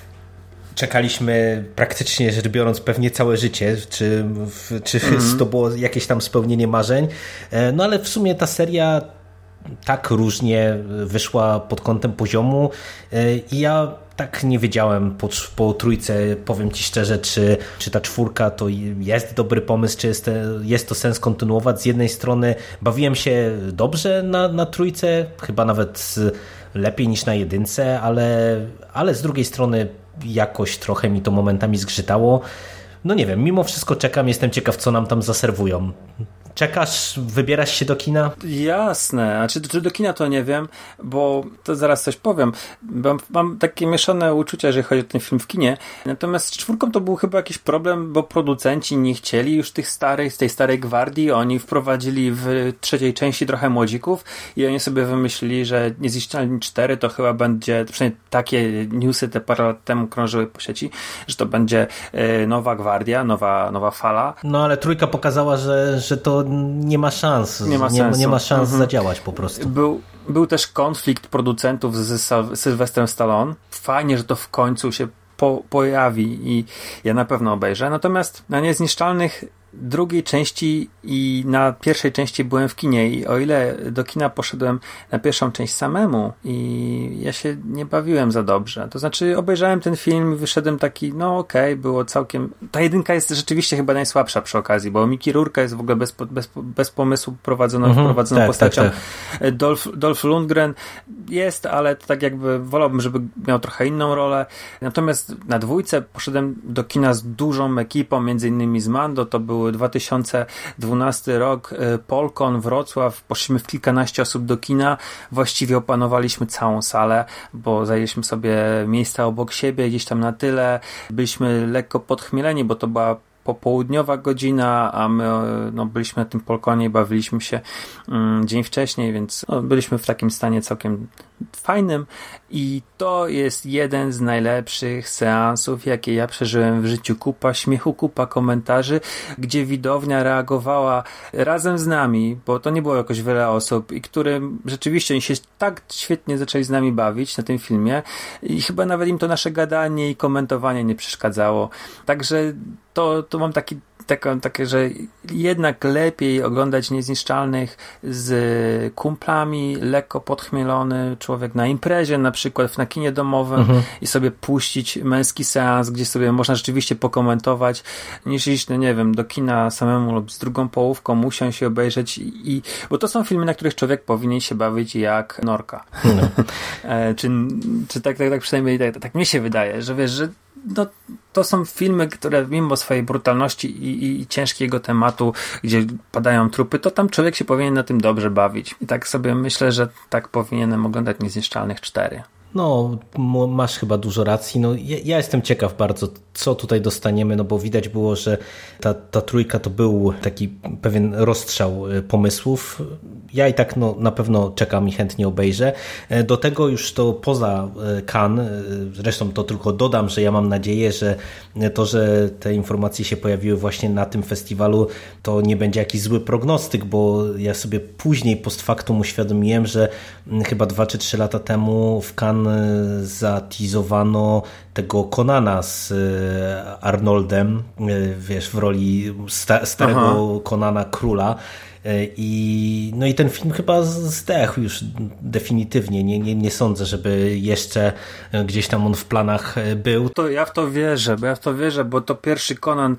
czekaliśmy praktycznie rzecz biorąc pewnie całe życie, czy to było jakieś tam spełnienie marzeń, no ale w sumie ta seria tak różnie wyszła pod kątem poziomu i ja tak nie wiedziałem po 3, powiem Ci szczerze, czy ta 4 to jest dobry pomysł, czy jest to sens kontynuować. Z jednej strony bawiłem się dobrze na 3, chyba nawet lepiej niż na 1, ale z drugiej strony jakoś trochę mi to momentami zgrzytało. No nie wiem, mimo wszystko czekam, jestem ciekaw, co nam tam zaserwują. Czekasz, wybierasz się do kina? Jasne, a czy do kina to nie wiem, bo to zaraz coś powiem. Mam takie mieszane uczucia, jeżeli chodzi o ten film w kinie. Natomiast z 4 to był chyba jakiś problem, bo producenci nie chcieli już z tej starej gwardii. Oni wprowadzili w 3 części trochę młodzików i oni sobie wymyślili, że Niezniszczalni 4 to chyba będzie, przynajmniej takie newsy te parę lat temu krążyły po sieci, że to będzie nowa gwardia, nowa fala. No ale 3 pokazała, że to nie ma szans. Nie ma szans zadziałać po prostu. Był też konflikt producentów z Sylwestrem Stallone. Fajnie, że to w końcu się pojawi i ja na pewno obejrzę. Natomiast na Niezniszczalnych 2 części i na 1 części byłem w kinie i o ile do kina poszedłem na 1 część samemu i ja się nie bawiłem za dobrze. To znaczy obejrzałem ten film i wyszedłem taki, no okej, było całkiem... Ta 1 jest rzeczywiście chyba najsłabsza przy okazji, bo Mickey Rourke jest w ogóle bez pomysłu wprowadzoną postacią. Tak. Dolph Lundgren jest, ale to tak jakby wolałbym, żeby miał trochę inną rolę. Natomiast na 2 poszedłem do kina z dużą ekipą, między innymi z Mando, to był 2012 rok, Polkon, Wrocław, poszliśmy w kilkanaście osób do kina, właściwie opanowaliśmy całą salę, bo zajęliśmy sobie miejsca obok siebie, gdzieś tam na tyle, byliśmy lekko podchmieleni, bo to była popołudniowa godzina, a my byliśmy na tym Polkonie i bawiliśmy się dzień wcześniej, więc byliśmy w takim stanie całkiem fajnym i to jest jeden z najlepszych seansów, jakie ja przeżyłem w życiu. Kupa śmiechu, kupa komentarzy, gdzie widownia reagowała razem z nami, bo to nie było jakoś wiele osób i którym rzeczywiście oni się tak świetnie zaczęli z nami bawić na tym filmie i chyba nawet im to nasze gadanie i komentowanie nie przeszkadzało. Także to mam takie, że jednak lepiej oglądać Niezniszczalnych z kumplami, lekko podchmielony człowiek na imprezie, na przykład na kinie domowym i sobie puścić męski seans, gdzie sobie można rzeczywiście pokomentować, niż iść, nie wiem, do kina samemu lub z drugą połówką, usiąść i obejrzeć bo to są filmy, na których człowiek powinien się bawić jak norka. Czy tak przynajmniej tak mnie się wydaje, że wiesz, że to są filmy, które mimo swojej brutalności i ciężkiego tematu, gdzie padają trupy, to tam człowiek się powinien na tym dobrze bawić. I tak sobie myślę, że tak powinienem oglądać Niezniszczalnych 4. No, masz chyba dużo racji. No, ja jestem ciekaw bardzo, co tutaj dostaniemy, no bo widać było, że ta 3 to był taki pewien rozstrzał pomysłów. Ja i tak na pewno czekam i chętnie obejrzę. Do tego już to poza Cannes, zresztą to tylko dodam, że ja mam nadzieję, że to, że te informacje się pojawiły właśnie na tym festiwalu, to nie będzie jakiś zły prognostyk, bo ja sobie później post factum uświadomiłem, że chyba 2 czy 3 lata temu w Cannes zateasowano tego Conana z Arnoldem, wiesz, w roli starego Conana króla. I ten film chyba zdechł już definitywnie. Nie sądzę, żeby jeszcze gdzieś tam on w planach był. To ja w to wierzę, bo to pierwszy Conan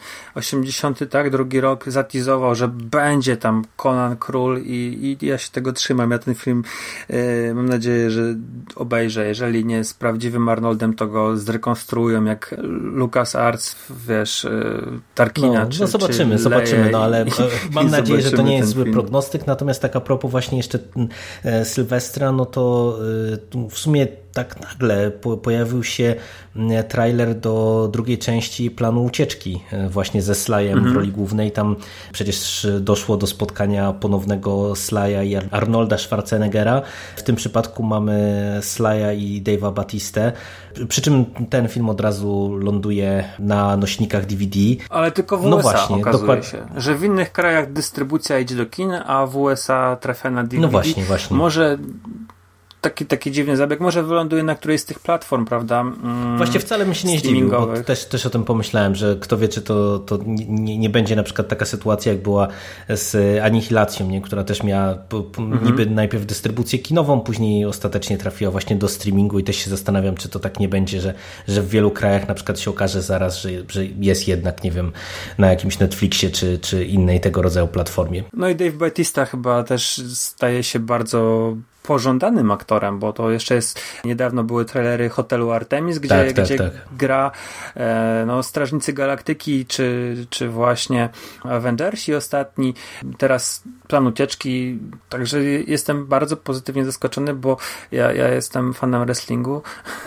82 rok zateasował, że będzie tam Conan Król i ja się tego trzymam. Ja ten film mam nadzieję, że obejrzę. Jeżeli nie z prawdziwym Arnoldem, to go zrekonstruują jak LucasArts, wiesz, Tarkina. No zobaczymy, no ale mam nadzieję, że to nie jest zły prognostyk, natomiast tak a propos właśnie jeszcze Sylwestra, no to w sumie tak nagle pojawił się trailer do 2 części Planu Ucieczki właśnie ze Slyem w roli głównej. Tam przecież doszło do spotkania ponownego Sly'a i Arnolda Schwarzeneggera. W tym przypadku mamy Sly'a i Dave'a Batistę. Przy czym ten film od razu ląduje na nośnikach DVD. Ale tylko w USA właśnie, okazuje się, że w innych krajach dystrybucja idzie do kin, a w USA trafia na DVD. No właśnie. Może taki dziwny zabieg, może wyląduje na którejś z tych platform, prawda? Właśnie wcale bym się nie zdziwił, bo też o tym pomyślałem, że kto wie, czy to nie będzie na przykład taka sytuacja, jak była z Anihilacją, nie? Która też miała niby najpierw dystrybucję kinową, później ostatecznie trafiła właśnie do streamingu i też się zastanawiam, czy to tak nie będzie, że w wielu krajach na przykład się okaże zaraz, że jest jednak, nie wiem, na jakimś Netflixie, czy innej tego rodzaju platformie. No i Dave Bautista chyba też staje się bardzo pożądanym aktorem, bo to jeszcze jest, niedawno były trailery Hotelu Artemis, gdzie gra Strażnicy Galaktyki, czy właśnie Avengersi ostatni, teraz Plan Ucieczki, także jestem bardzo pozytywnie zaskoczony, bo ja jestem fanem wrestlingu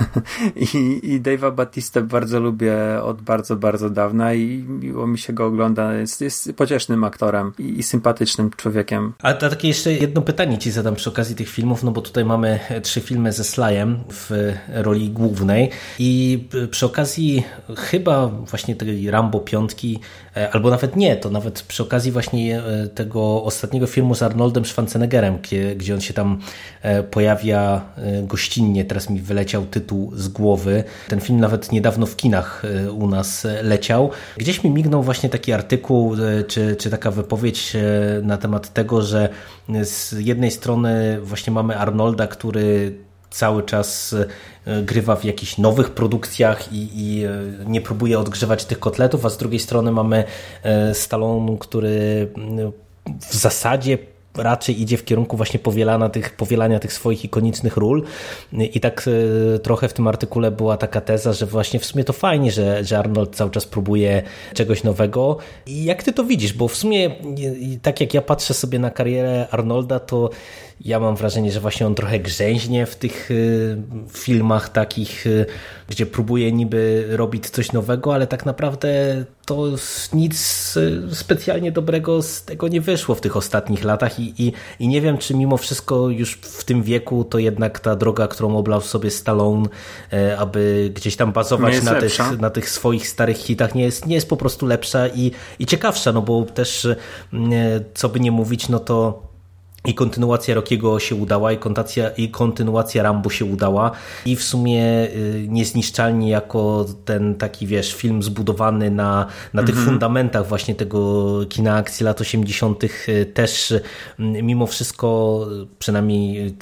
i Dave'a Batistę bardzo lubię od bardzo, bardzo dawna i miło mi się go ogląda, jest pociesznym aktorem i sympatycznym człowiekiem. A takie jeszcze jedno pytanie ci zadam przy okazji tych filmów, no bo tutaj mamy 3 filmy ze Slyem w roli głównej i przy okazji chyba właśnie tej Rambo 5, albo nawet nie, to nawet przy okazji właśnie tego ostatniego filmu z Arnoldem Schwarzeneggerem, gdzie on się tam pojawia gościnnie, teraz mi wyleciał tytuł z głowy. Ten film nawet niedawno w kinach u nas leciał. Gdzieś mi mignął właśnie taki artykuł, czy taka wypowiedź na temat tego, że z jednej strony właśnie mamy Arnolda, który cały czas grywa w jakichś nowych produkcjach i nie próbuje odgrzewać tych kotletów, a z drugiej strony mamy Stallone, który w zasadzie raczej idzie w kierunku właśnie powielania tych swoich ikonicznych ról i tak trochę w tym artykule była taka teza, że właśnie w sumie to fajnie, że Arnold cały czas próbuje czegoś nowego. I jak ty to widzisz? Bo w sumie tak jak ja patrzę sobie na karierę Arnolda, to ja mam wrażenie, że właśnie on trochę grzęźnie w tych filmach takich, gdzie próbuje niby robić coś nowego, ale tak naprawdę to nic specjalnie dobrego z tego nie wyszło w tych ostatnich latach i nie wiem, czy mimo wszystko już w tym wieku to jednak ta droga, którą oblał sobie Stallone, aby gdzieś tam bazować na tych swoich starych hitach, nie jest po prostu lepsza i ciekawsza, no bo też co by nie mówić, no to i kontynuacja Rockiego się udała, i kontynuacja Rambo się udała i w sumie Niezniszczalni jako ten taki, wiesz, film zbudowany na tych fundamentach właśnie tego kina akcji lat 80. też mimo wszystko, przynajmniej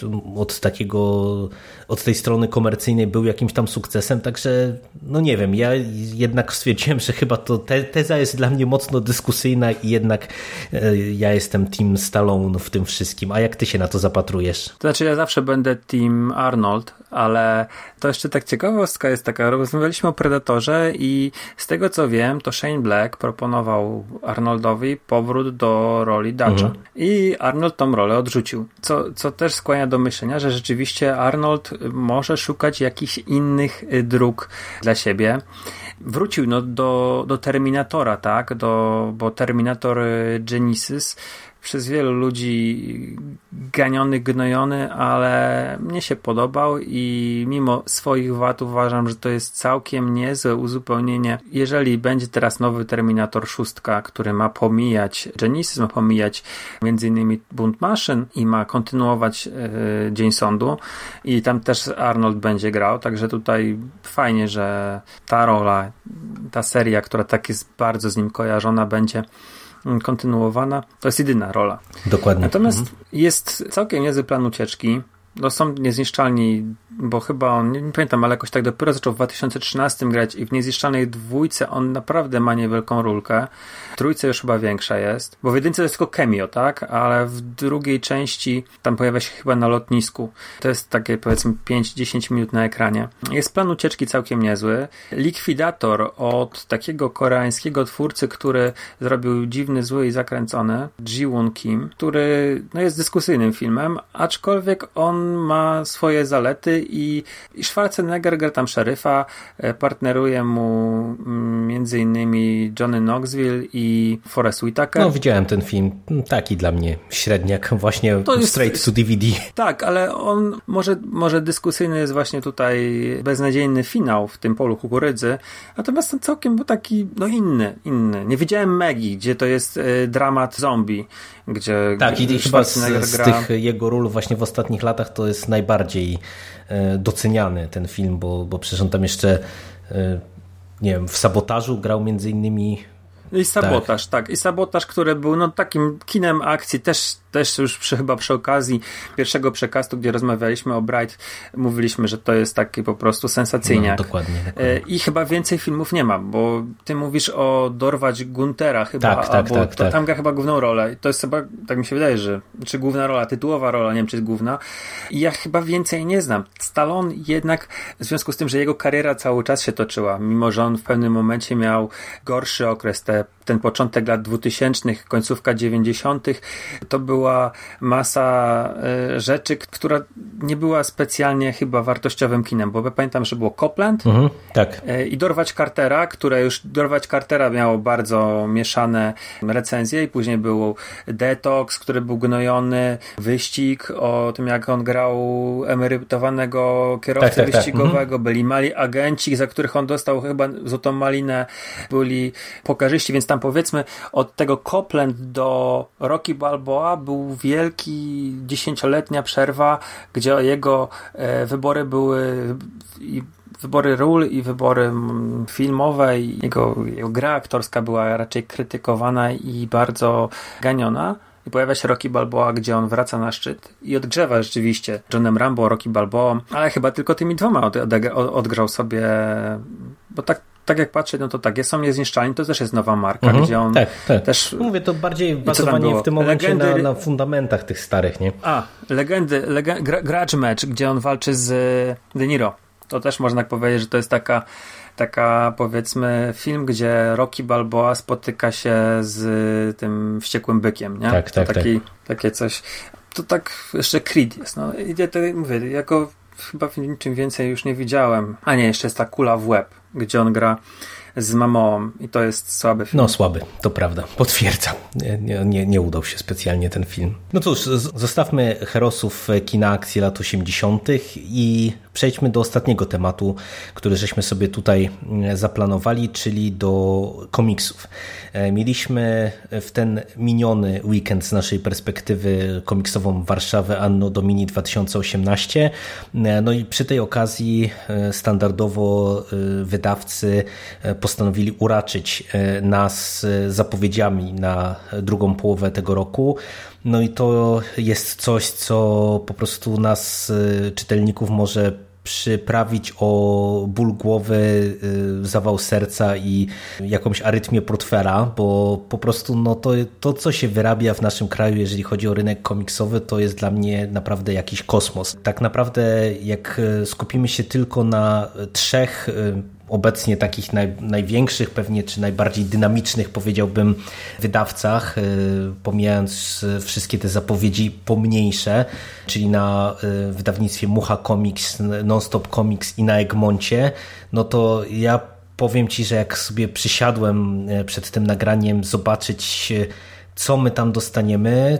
od tej strony komercyjnej był jakimś tam sukcesem, także no nie wiem, ja jednak stwierdziłem, że chyba to teza jest dla mnie mocno dyskusyjna i jednak ja jestem team Stallone w tym wszystkim. A jak ty się na to zapatrujesz? To znaczy ja zawsze będę team Arnold, ale to jeszcze tak ciekawostka jest taka, rozmawialiśmy o Predatorze i z tego co wiem, to Shane Black proponował Arnoldowi powrót do roli Dutcha. I Arnold tą rolę odrzucił. Co też skłania do myślenia, że rzeczywiście Arnold może szukać jakichś innych dróg dla siebie. Wrócił do Terminatora, tak? Bo Terminator Genesis przez wielu ludzi ganiony, gnojony, ale mnie się podobał i mimo swoich wad uważam, że to jest całkiem niezłe uzupełnienie. Jeżeli będzie teraz nowy Terminator 6, który ma pomijać Genesis, ma pomijać m.in. Bunt maszyn i ma kontynuować Dzień Sądu i tam też Arnold będzie grał, także tutaj fajnie, że ta rola, ta seria, która tak jest bardzo z nim kojarzona, będzie kontynuowana. To jest jedyna rola. Dokładnie. Natomiast jest całkiem niezły plan ucieczki. No są Niezniszczalni, bo chyba on, nie pamiętam, ale jakoś tak dopiero zaczął w 2013 grać i w Niezniszczalnej 2 on naprawdę ma niewielką rulkę. W 3 już chyba większa jest, bo w 1 to jest tylko cameo, tak? Ale w drugiej części tam pojawia się chyba na lotnisku. To jest takie powiedzmy 5-10 minut na ekranie. Jest plan ucieczki całkiem niezły. Likwidator od takiego koreańskiego twórcy, który zrobił Dziwny, Zły i Zakręcony, Ji-Woon Kim, który jest dyskusyjnym filmem, aczkolwiek on ma swoje zalety i Schwarzenegger gra tam szeryfa, partneruje mu między innymi Johnny Knoxville i Forest Whitaker. No widziałem ten film, taki dla mnie średniak, właśnie straight to DVD. Tak, ale on może dyskusyjny jest właśnie tutaj beznadziejny finał w tym Polu Kukurydzy, natomiast ten całkiem był taki inny. Nie widziałem Maggie, gdzie to jest dramat zombie, gdzie tak, i chyba z tych jego ról właśnie w ostatnich latach to jest najbardziej doceniany ten film, bo przecież on tam jeszcze nie wiem, w Sabotażu grał między innymi. I Sabotaż, tak. I Sabotaż, który był takim kinem akcji, też też już chyba przy okazji pierwszego przekastu, gdzie rozmawialiśmy o Bright, mówiliśmy, że to jest taki po prostu sensacyjniak. No, dokładnie. I chyba więcej filmów nie ma, bo ty mówisz o Dorwać Guntera chyba, tak. Tam gra chyba główną rolę. To jest chyba, tak mi się wydaje, że czy główna rola, tytułowa rola, nie wiem, czy jest główna. I ja chyba więcej nie znam. Stallone jednak, w związku z tym, że jego kariera cały czas się toczyła, mimo że on w pewnym momencie miał gorszy okres, ten początek lat 2000, końcówka 90., to była masa rzeczy, która nie była specjalnie chyba wartościowym kinem, bo ja pamiętam, że było Copland tak. I Dorwać Cartera, które już Dorwać Cartera miało bardzo mieszane recenzje i później był Detox, który był gnojony, Wyścig, o tym jak on grał emerytowanego kierowcę wyścigowego, byli mali agenci, za których on dostał chyba złotą malinę, byli pokarzyści, więc tam powiedzmy od tego Copland do Rocky Balboa był wielki 10-letnia przerwa, gdzie jego wybory były wybory ról i wybory filmowe i jego gra aktorska była raczej krytykowana i bardzo ganiona. I pojawia się Rocky Balboa, gdzie on wraca na szczyt i odgrzewa rzeczywiście Johnem Rambo, Rocky Balboa, ale chyba tylko tymi dwoma odgrzał sobie, bo tak jak patrzę, no to tak, są Niezniszczalni, to też jest nowa marka, gdzie on też... Mówię, to bardziej bazowanie w tym momencie na fundamentach tych starych, nie? Legendy, Grudge Match, gdzie on walczy z De Niro. To też można powiedzieć, że to jest taka powiedzmy film, gdzie Rocky Balboa spotyka się z tym wściekłym bykiem, nie? Tak. Takie coś. To tak jeszcze Creed jest. No. I ja to mówię, jako chyba w niczym więcej już nie widziałem. A nie, jeszcze jest ta Kula w łeb, gdzie on gra z Mamoą i to jest słaby film. No słaby, to prawda, potwierdzam. Nie udał się specjalnie ten film. No cóż, zostawmy herosów kina akcji lat 80. i przejdźmy do ostatniego tematu, który żeśmy sobie tutaj zaplanowali, czyli do komiksów. Mieliśmy w ten miniony weekend z naszej perspektywy komiksową Warszawę Anno Domini 2018. No i przy tej okazji standardowo wydawcy postanowili uraczyć nas zapowiedziami na drugą połowę tego roku. No i to jest coś, co po prostu nas, czytelników, może przyprawić o ból głowy, zawał serca i jakąś arytmię portfela, bo po prostu no to, co się wyrabia w naszym kraju, jeżeli chodzi o rynek komiksowy, to jest dla mnie naprawdę jakiś kosmos. Tak naprawdę jak skupimy się tylko na 3 obecnie takich największych pewnie, czy najbardziej dynamicznych, powiedziałbym, wydawcach, pomijając wszystkie te zapowiedzi pomniejsze, czyli na wydawnictwie Mucha Comics, Non-Stop Comics i na Egmoncie, no to ja powiem Ci, że jak sobie przysiadłem przed tym nagraniem zobaczyć, co my tam dostaniemy,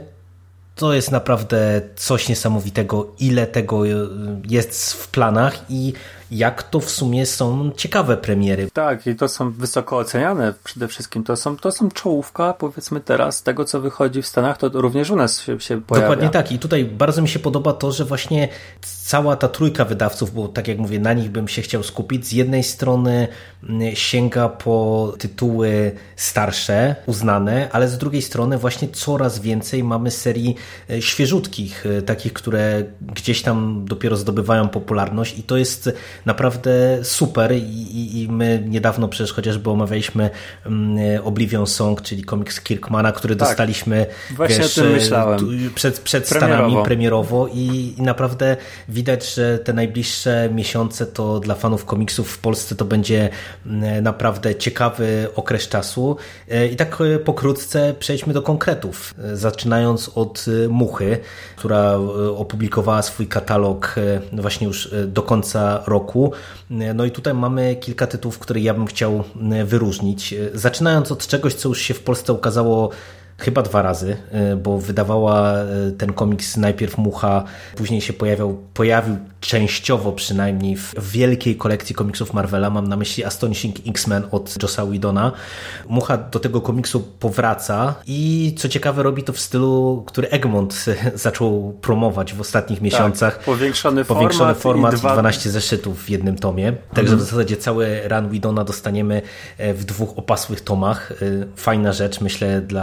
to jest naprawdę coś niesamowitego, ile tego jest w planach i jak to w sumie są ciekawe premiery. Tak, i to są wysoko oceniane przede wszystkim. To są czołówka, powiedzmy teraz, tego co wychodzi w Stanach, to również u nas się pojawia. Dokładnie tak. I tutaj bardzo mi się podoba to, że właśnie cała ta trójka wydawców, bo tak jak mówię, na nich bym się chciał skupić, z jednej strony sięga po tytuły starsze, uznane, ale z drugiej strony właśnie coraz więcej mamy serii świeżutkich, takich, które gdzieś tam dopiero zdobywają popularność i to jest naprawdę super i my niedawno przecież chociażby omawialiśmy Oblivion Song, czyli komiks Kirkmana, który dostaliśmy właśnie o tym myślałem. Przed Stanami premierowo i naprawdę widać, że te najbliższe miesiące to dla fanów komiksów w Polsce to będzie naprawdę ciekawy okres czasu. I tak pokrótce przejdźmy do konkretów, zaczynając od Muchy, która opublikowała swój katalog właśnie już do końca roku. No i tutaj mamy kilka tytułów, które ja bym chciał wyróżnić. Zaczynając od czegoś, co już się w Polsce ukazało chyba 2 razy, bo wydawała ten komiks najpierw Mucha, później się pojawił częściowo przynajmniej w wielkiej kolekcji komiksów Marvela. Mam na myśli Astonishing X-Men od Jossa Whedona. Mucha do tego komiksu powraca i co ciekawe robi to w stylu, który Egmont zaczął promować w ostatnich miesiącach. Tak, powiększony format i 12 zeszytów w jednym tomie. Także w zasadzie cały run Whedona dostaniemy w 2 opasłych tomach. Fajna rzecz, myślę, dla fanów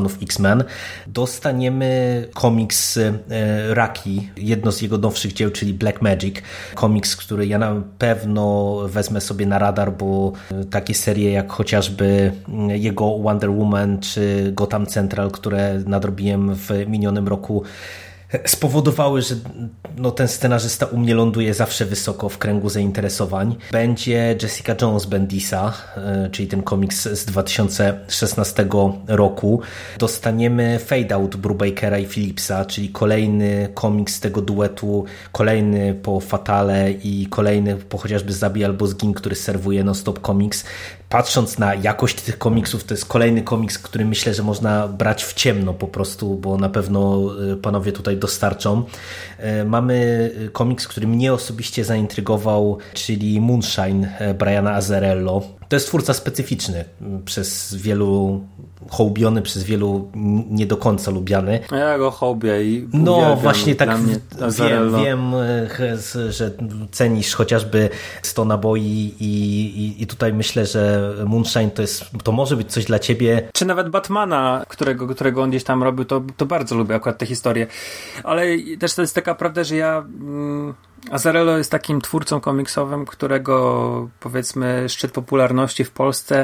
fanów X-Men. Dostaniemy komiks Raki, jedno z jego nowszych dzieł, czyli Black Magic. Komiks, który ja na pewno wezmę sobie na radar, bo takie serie jak chociażby jego Wonder Woman czy Gotham Central, które nadrobiłem w minionym roku, spowodowały, że ten scenarzysta u mnie ląduje zawsze wysoko w kręgu zainteresowań. Będzie Jessica Jones Bendisa, czyli ten komiks z 2016 roku. Dostaniemy Fade Out Brubakera i Phillipsa, czyli kolejny komiks tego duetu, kolejny po Fatale i kolejny po chociażby Zabij albo Zgin, który serwuje Non-Stop Comics. Patrząc na jakość tych komiksów, to jest kolejny komiks, który myślę, że można brać w ciemno po prostu, bo na pewno panowie tutaj dostarczą. Mamy komiks, który mnie osobiście zaintrygował, czyli Moonshine Briana Azzarello. To jest twórca specyficzny, przez wielu hołbiony, przez wielu nie do końca lubiany. Ja go hołbię i właśnie tak wiem, że cenisz chociażby 100 naboi i tutaj myślę, że Moonshine to może być coś dla ciebie. Czy nawet Batmana, którego on gdzieś tam robił, to bardzo lubię akurat tę historię. Ale też to jest taka prawda, że ja... Azzarello jest takim twórcą komiksowym, którego powiedzmy szczyt popularności w Polsce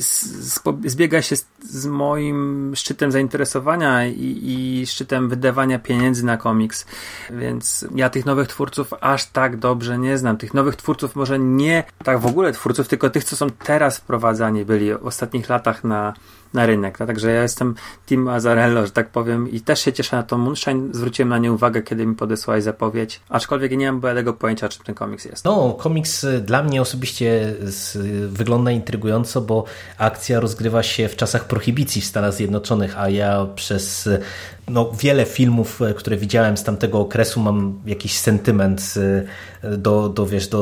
zbiega się z moim szczytem zainteresowania i szczytem wydawania pieniędzy na komiks, więc ja tych nowych twórców aż tak dobrze nie znam. Tych nowych twórców może nie tak w ogóle twórców, tylko tych, co są teraz wprowadzani byli w ostatnich latach na rynek. Także ja jestem team Azzarello, że tak powiem, i też się cieszę na to Moonshine. Zwróciłem na nie uwagę, kiedy mi podesłałeś zapowiedź, aczkolwiek nie mam bladego pojęcia, czym ten komiks jest. Komiks dla mnie osobiście wygląda intrygująco, bo akcja rozgrywa się w czasach prohibicji w Stanach Zjednoczonych, a ja przez wiele filmów, które widziałem z tamtego okresu, mam jakiś sentyment do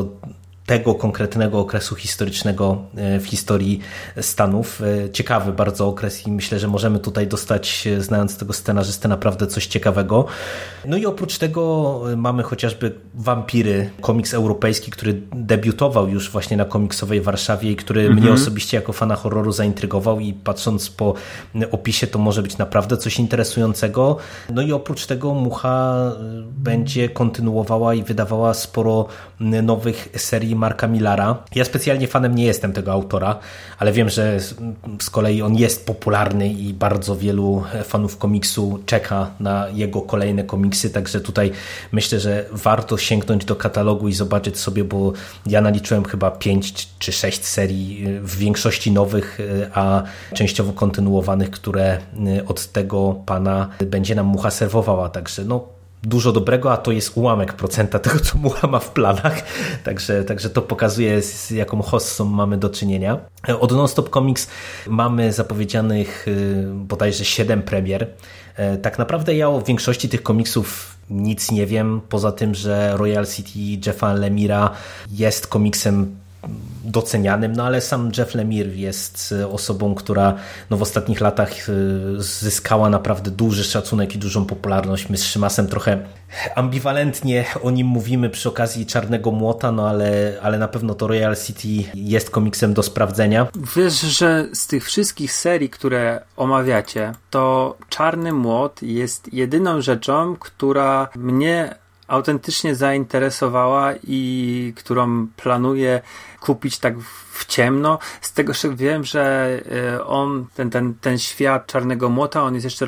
tego konkretnego okresu historycznego w historii Stanów. Ciekawy bardzo okres i myślę, że możemy tutaj dostać, znając tego scenarzystę, naprawdę coś ciekawego. No i oprócz tego mamy chociażby Wampiry, komiks europejski, który debiutował już właśnie na komiksowej Warszawie i który mnie osobiście jako fana horroru zaintrygował i patrząc po opisie, to może być naprawdę coś interesującego. No i oprócz tego Mucha będzie kontynuowała i wydawała sporo nowych serii Marka Millara. Ja specjalnie fanem nie jestem tego autora, ale wiem, że z kolei on jest popularny i bardzo wielu fanów komiksu czeka na jego kolejne komiksy, także tutaj myślę, że warto sięgnąć do katalogu i zobaczyć sobie, bo ja naliczyłem chyba 5 czy 6 serii, w większości nowych, a częściowo kontynuowanych, które od tego pana będzie nam Mucha serwowała, także dużo dobrego, a to jest ułamek procenta tego, co Mucha ma w planach. Także to pokazuje, z jaką hossą mamy do czynienia. Od Non-Stop Comics mamy zapowiedzianych bodajże 7 premier. Tak naprawdę ja o większości tych komiksów nic nie wiem, poza tym, że Royal City Jeffa Lemira jest komiksem docenianym, ale sam Jeff Lemire jest osobą, która w ostatnich latach zyskała naprawdę duży szacunek i dużą popularność. My z Szymasem trochę ambiwalentnie o nim mówimy przy okazji Czarnego Młota, ale na pewno to Royal City jest komiksem do sprawdzenia. Wiesz, że z tych wszystkich serii, które omawiacie, to Czarny Młot jest jedyną rzeczą, która mnie autentycznie zainteresowała i którą planuję kupić tak w ciemno. Z tego, że wiem, że on, ten świat Czarnego Młota, on jest jeszcze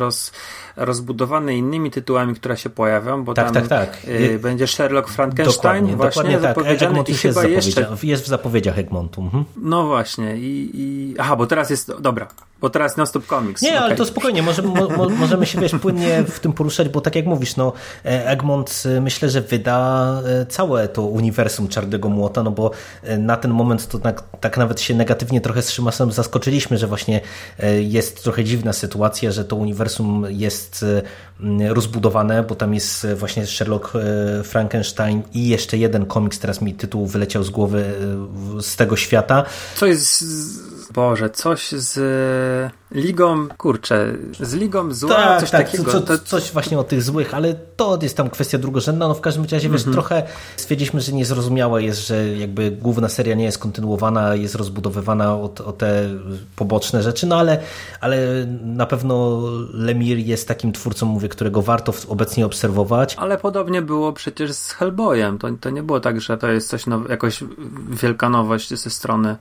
rozbudowany innymi tytułami, które się pojawią, bo tak. Będzie Sherlock Frankenstein właśnie zapowiedziany i chyba jest w zapowiedziach Egmontu. No właśnie bo teraz jest, dobra, bo teraz Non-Stop Comics. Nie, ale to spokojnie, możemy się płynnie w tym poruszać, bo tak jak mówisz, Egmont myślę, że wyda całe to uniwersum Czarnego Młota, bo na ten moment to tak nawet się negatywnie trochę z Szymasem zaskoczyliśmy, że właśnie jest trochę dziwna sytuacja, że to uniwersum jest rozbudowane, bo tam jest właśnie Sherlock Frankenstein i jeszcze jeden komiks, teraz mi tytuł wyleciał z głowy, z tego świata. Coś z Ligą, z Ligą zła, coś takiego. Coś właśnie o tych złych, ale to jest tam kwestia drugorzędna. No w każdym razie, wiesz, trochę stwierdziliśmy, że niezrozumiałe jest, że jakby główna seria nie jest kontynuowana, jest rozbudowywana o te poboczne rzeczy, no ale na pewno Lemire jest takim twórcą, mówię, którego warto obecnie obserwować. Ale podobnie było przecież z Hellboyem. To nie było tak, że to jest coś jakoś wielka nowość ze strony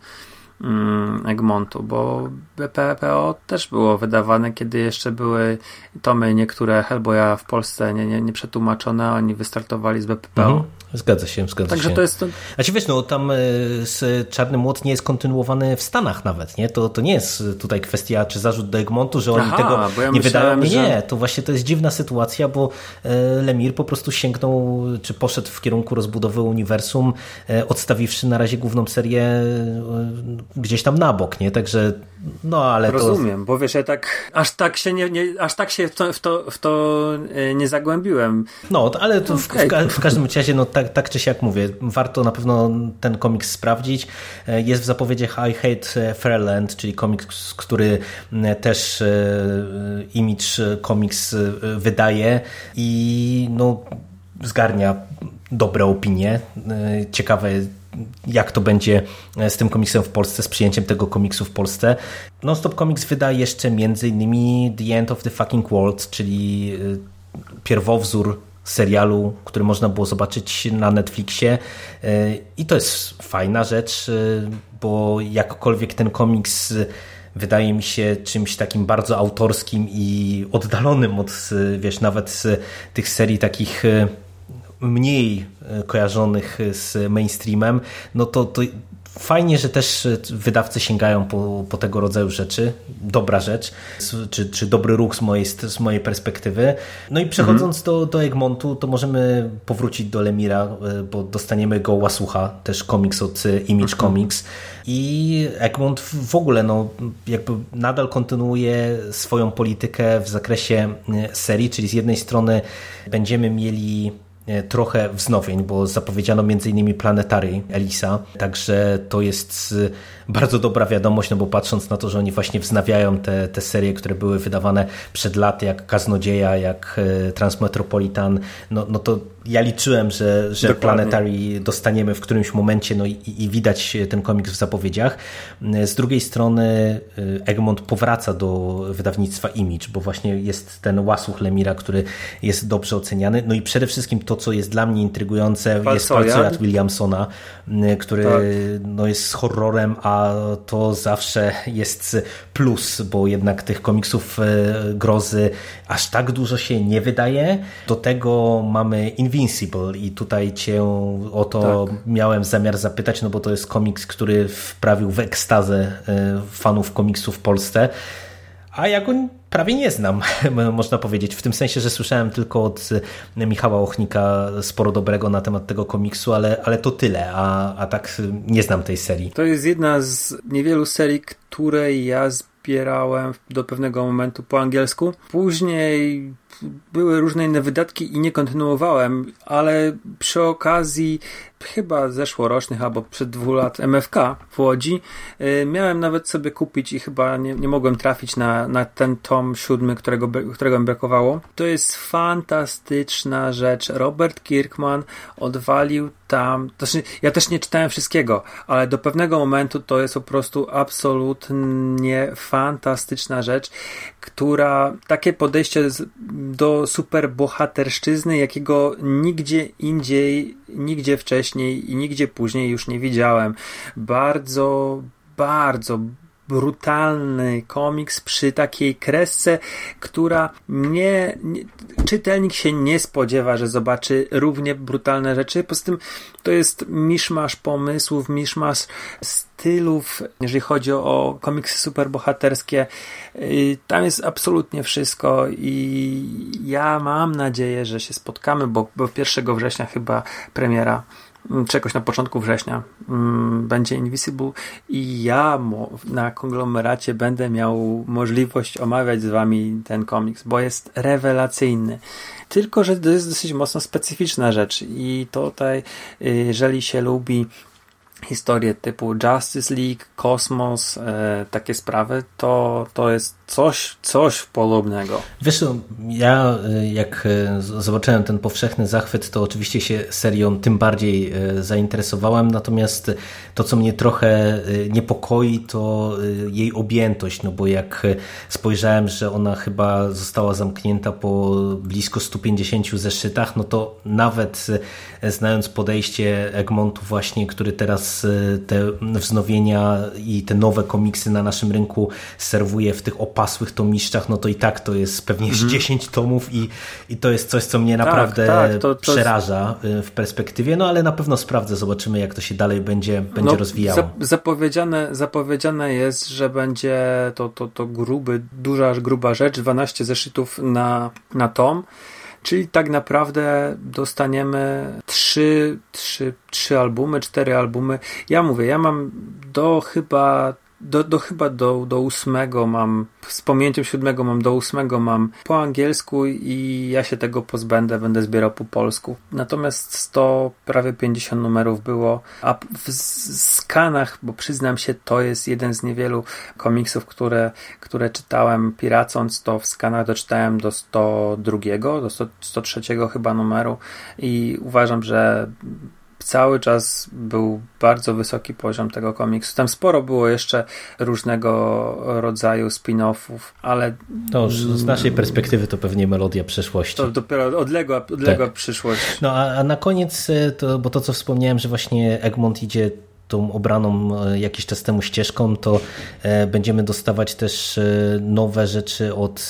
Egmontu, bo BPPO też było wydawane, kiedy jeszcze były tomy niektóre Hellboya w Polsce nie przetłumaczone, oni wystartowali z BPPO. Zgadza się. Także to jest to... A ci wiesz, no tam z Czarny Młot nie jest kontynuowany w Stanach nawet, nie? To nie jest tutaj kwestia, czy zarzut do Egmontu, że oni tego nie wydają. Nie, to właśnie to jest dziwna sytuacja, bo Lemire po prostu sięgnął, czy poszedł w kierunku rozbudowy uniwersum, odstawiwszy na razie główną serię gdzieś tam na bok, nie? Także no, ale rozumiem, bo wiesz, ja aż tak się w to nie zagłębiłem. No, ale to w każdym razie, no tak czy siak mówię, warto na pewno ten komiks sprawdzić. Jest w zapowiedziach I Hate Fairland, czyli komiks, który też Image Comics wydaje i no zgarnia dobre opinie. Ciekawe, jak to będzie z tym komiksem w Polsce, z przyjęciem tego komiksu w Polsce. Non-Stop Comics wyda jeszcze m.in. The End of the Fucking World, czyli pierwowzór serialu, który można było zobaczyć na Netflixie i to jest fajna rzecz, bo jakkolwiek ten komiks wydaje mi się czymś takim bardzo autorskim i oddalonym od, wiesz, nawet z tych serii takich mniej kojarzonych z mainstreamem, no to fajnie, że też wydawcy sięgają po tego rodzaju rzeczy. Dobra rzecz, czy dobry ruch z mojej perspektywy. No i przechodząc do Egmontu, to możemy powrócić do Lemira, bo dostaniemy go Łasucha, też komiks od Image Comics. I Egmont w ogóle no, jakby nadal kontynuuje swoją politykę w zakresie serii, czyli z jednej strony będziemy mieli trochę wznowień, bo zapowiedziano m.in. Planetary Elisa, także to jest bardzo dobra wiadomość, no bo patrząc na to, że oni właśnie wznawiają te serie, które były wydawane przed laty, jak Kaznodzieja, jak Transmetropolitan, no to ja liczyłem, że Planetary dostaniemy w którymś momencie, no i widać ten komiks w zapowiedziach. Z drugiej strony Egmont powraca do wydawnictwa Image, bo właśnie jest ten łasuch Lemira, który jest dobrze oceniany. No i przede wszystkim to, co jest dla mnie intrygujące, jest Palsojad Williamsona, który no jest horrorem, a to zawsze jest plus, bo jednak tych komiksów grozy aż tak dużo się nie wydaje. Do tego mamy Invincible i tutaj cię o to miałem zamiar zapytać, no bo to jest komiks, który wprawił w ekstazę fanów komiksu w Polsce, a ja go prawie nie znam, można powiedzieć, w tym sensie, że słyszałem tylko od Michała Ochnika sporo dobrego na temat tego komiksu, ale to tyle, a tak nie znam tej serii. To jest jedna z niewielu serii, której ja zbierałem do pewnego momentu po angielsku. Później były różne inne wydatki i nie kontynuowałem, ale przy okazji chyba zeszłorocznych albo przed 2 lat MFK w Łodzi miałem nawet sobie kupić i chyba nie mogłem trafić na ten tom 7, którego mi brakowało. To jest fantastyczna rzecz. Robert Kirkman odwalił tam, ja też nie czytałem wszystkiego, ale do pewnego momentu to jest po prostu absolutnie fantastyczna rzecz, która takie podejście do superbohaterszczyzny, jakiego nigdzie indziej, nigdzie wcześniej i nigdzie później już nie widziałem. Bardzo, bardzo brutalny komiks przy takiej kresce, która czytelnik się nie spodziewa, że zobaczy równie brutalne rzeczy. Poza tym to jest miszmasz pomysłów, miszmasz stylów, jeżeli chodzi o komiksy superbohaterskie. Tam jest absolutnie wszystko i ja mam nadzieję, że się spotkamy, bo 1 września chyba premiera, czegoś na początku września będzie Invisible i ja na konglomeracie będę miał możliwość omawiać z wami ten komiks, bo jest rewelacyjny. Tylko że to jest dosyć mocno specyficzna rzecz i tutaj, jeżeli się lubi historie typu Justice League, Kosmos, takie sprawy, to jest coś podobnego. Wiesz, ja jak zobaczyłem ten powszechny zachwyt, to oczywiście się serią tym bardziej zainteresowałem, natomiast to, co mnie trochę niepokoi, to jej objętość, no bo jak spojrzałem, że ona chyba została zamknięta po blisko 150 zeszytach, no to nawet znając podejście Egmontu właśnie, który teraz te wznowienia i te nowe komiksy na naszym rynku serwuje w tych opasłych tomiszczach, no to i tak to jest pewnie 10 tomów i to jest coś, co mnie naprawdę przeraża w perspektywie, no ale na pewno sprawdzę, zobaczymy, jak to się dalej będzie rozwijało. Zapowiedziane jest, że będzie to gruba rzecz, 12 zeszytów na tom, czyli tak naprawdę dostaniemy 3 albumy, 4 albumy. Ja mam chyba do 8 mam, z pominięciem 7 mam do 8 mam po angielsku i ja się tego pozbędę, będę zbierał po polsku. Natomiast prawie 50 numerów było, a w skanach, bo przyznam się, to jest jeden z niewielu komiksów, które czytałem piracąc, to w skanach doczytałem do 102, do 103 chyba numeru i uważam, że cały czas był bardzo wysoki poziom tego komiksu. Tam sporo było jeszcze różnego rodzaju spin-offów, ale... To już z naszej perspektywy to pewnie melodia przeszłości. To dopiero odległa przyszłość. No a na koniec, bo to co wspomniałem, że właśnie Egmont idzie tą obraną jakiś czas temu ścieżką, to będziemy dostawać też nowe rzeczy od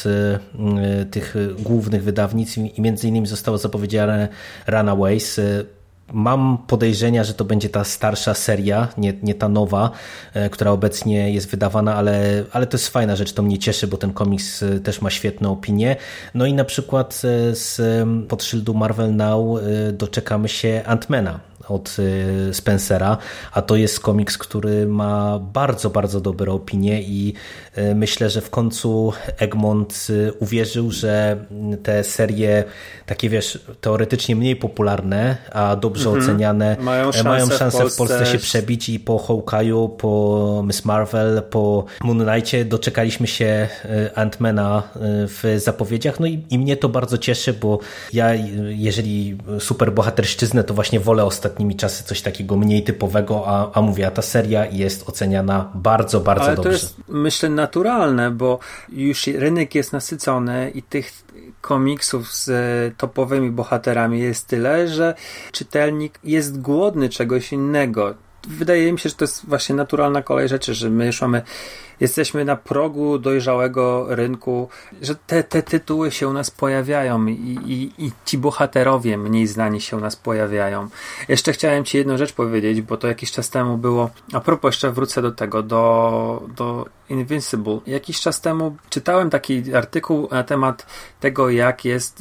tych głównych wydawnictw i między innymi zostało zapowiedziane Runaways. Mam podejrzenia, że to będzie ta starsza seria, nie ta nowa, która obecnie jest wydawana, ale to jest fajna rzecz, to mnie cieszy, bo ten komiks też ma świetne opinie. No i na przykład pod szyldu Marvel Now doczekamy się Ant-Mana od Spencera, a to jest komiks, który ma bardzo, bardzo dobre opinie i myślę, że w końcu Egmont uwierzył, że te serie takie, wiesz, teoretycznie mniej popularne, a dobrze oceniane, mają szansę w Polsce się przebić i po Hawkeye'u, po Miss Marvel, po Moon Knightie doczekaliśmy się Ant-Mana w zapowiedziach, no i mnie to bardzo cieszy, bo ja, jeżeli superbohaterszczyznę, to właśnie wolę ostatnimi czasy coś takiego mniej typowego, a mówię, a ta seria jest oceniana bardzo, bardzo dobrze. Ale to jest, myślę, naturalne, bo już rynek jest nasycony i tych komiksów z topowymi bohaterami jest tyle, że czytelnik jest głodny czegoś innego. Wydaje mi się, że to jest właśnie naturalna kolej rzeczy, że my już jesteśmy na progu dojrzałego rynku, że te tytuły się u nas pojawiają i ci bohaterowie mniej znani się u nas pojawiają. Jeszcze chciałem ci jedną rzecz powiedzieć, bo to jakiś czas temu było, a propos, jeszcze wrócę do tego, do Invincible. Jakiś czas temu czytałem taki artykuł na temat tego, jak jest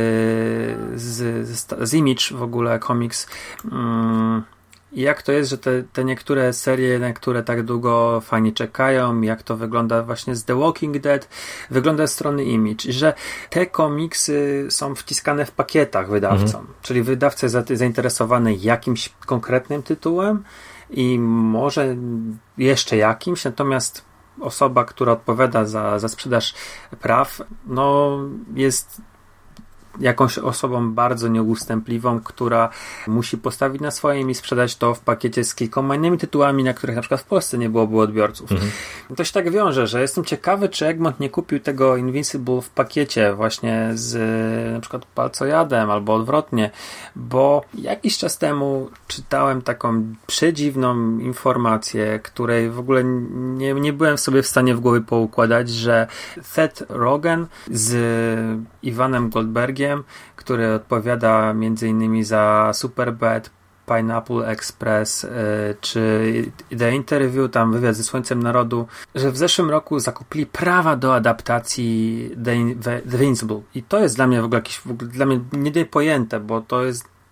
z Image w ogóle komiks, i jak to jest, że te niektóre serie, na które tak długo fani czekają, jak to wygląda właśnie z The Walking Dead, wygląda z strony Image, że te komiksy są wciskane w pakietach wydawcom, czyli wydawca jest zainteresowany jakimś konkretnym tytułem i może jeszcze jakimś, natomiast osoba, która odpowiada za sprzedaż praw, no jest jakąś osobą bardzo nieustępliwą, która musi postawić na swoim i sprzedać to w pakiecie z kilkoma innymi tytułami, na których na przykład w Polsce nie byłoby odbiorców. To się tak wiąże, że jestem ciekawy, czy Egmont nie kupił tego Invincible w pakiecie właśnie z na przykład Palcojadem albo odwrotnie, bo jakiś czas temu czytałem taką przedziwną informację, której w ogóle nie byłem sobie w stanie w głowie poukładać, że Seth Rogen z Iwanem Goldbergiem, który odpowiada m.in. za Superbad, Pineapple Express czy The Interview, tam wywiad ze Słońcem Narodu, że w zeszłym roku zakupili prawa do adaptacji The Invincible. I to jest dla mnie w ogóle jakieś dla mnie niepojęte, bo to jest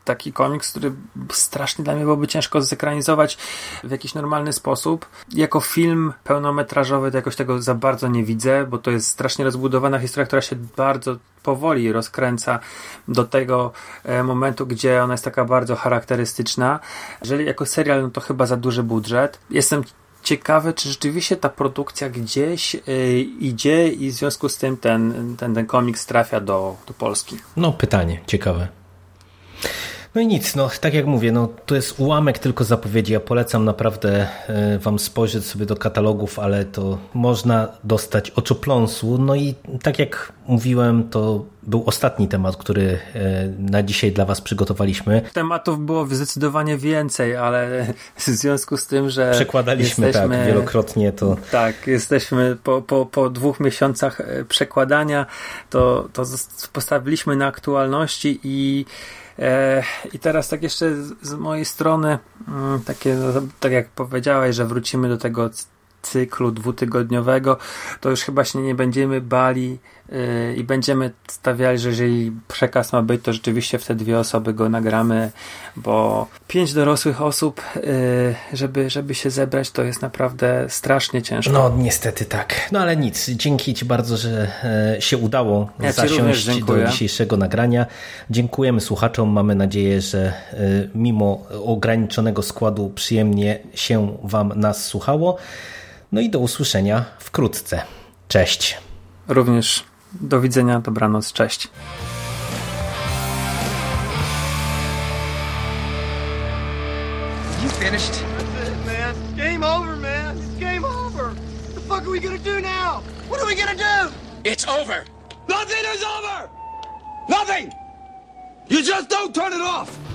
taki komiks, który strasznie dla mnie byłoby ciężko zekranizować w jakiś normalny sposób. Jako film pełnometrażowy to jakoś tego za bardzo nie widzę, bo to jest strasznie rozbudowana historia, która się bardzo powoli rozkręca do tego momentu, gdzie ona jest taka bardzo charakterystyczna. Jeżeli jako serial, no to chyba za duży budżet. Jestem ciekawy, czy rzeczywiście ta produkcja gdzieś idzie i w związku z tym ten komiks trafia do Polski. No pytanie, ciekawe. No i nic, no tak jak mówię, no to jest ułamek tylko zapowiedzi. Ja polecam naprawdę wam spojrzeć sobie do katalogów, ale to można dostać oczopląsu. No i tak jak mówiłem, to był ostatni temat, który na dzisiaj dla was przygotowaliśmy. Tematów było zdecydowanie więcej, ale w związku z tym, że przekładaliśmy jesteśmy, tak wielokrotnie, to tak, jesteśmy po 2 miesiącach przekładania, to postawiliśmy na aktualności i teraz tak jeszcze z mojej strony takie, tak jak powiedziałeś, że wrócimy do tego cyklu 2-tygodniowego, to już chyba się nie będziemy bali i będziemy stawiali, że jeżeli przekaz ma być, to rzeczywiście w te 2 osoby go nagramy, bo 5 dorosłych osób, żeby się zebrać, to jest naprawdę strasznie ciężko. No niestety tak. No ale nic. Dzięki ci bardzo, że się udało zasiąść do dzisiejszego nagrania. Dziękujemy słuchaczom. Mamy nadzieję, że mimo ograniczonego składu przyjemnie się wam nas słuchało. No i do usłyszenia wkrótce. Cześć. Również do widzenia, dobranoc, cześć. You finished? That's it, man. Game over, man. It's game over. What the fuck are we gonna do now? What are we gonna do? It's over. Nothing is over. Nothing. You just don't turn it off.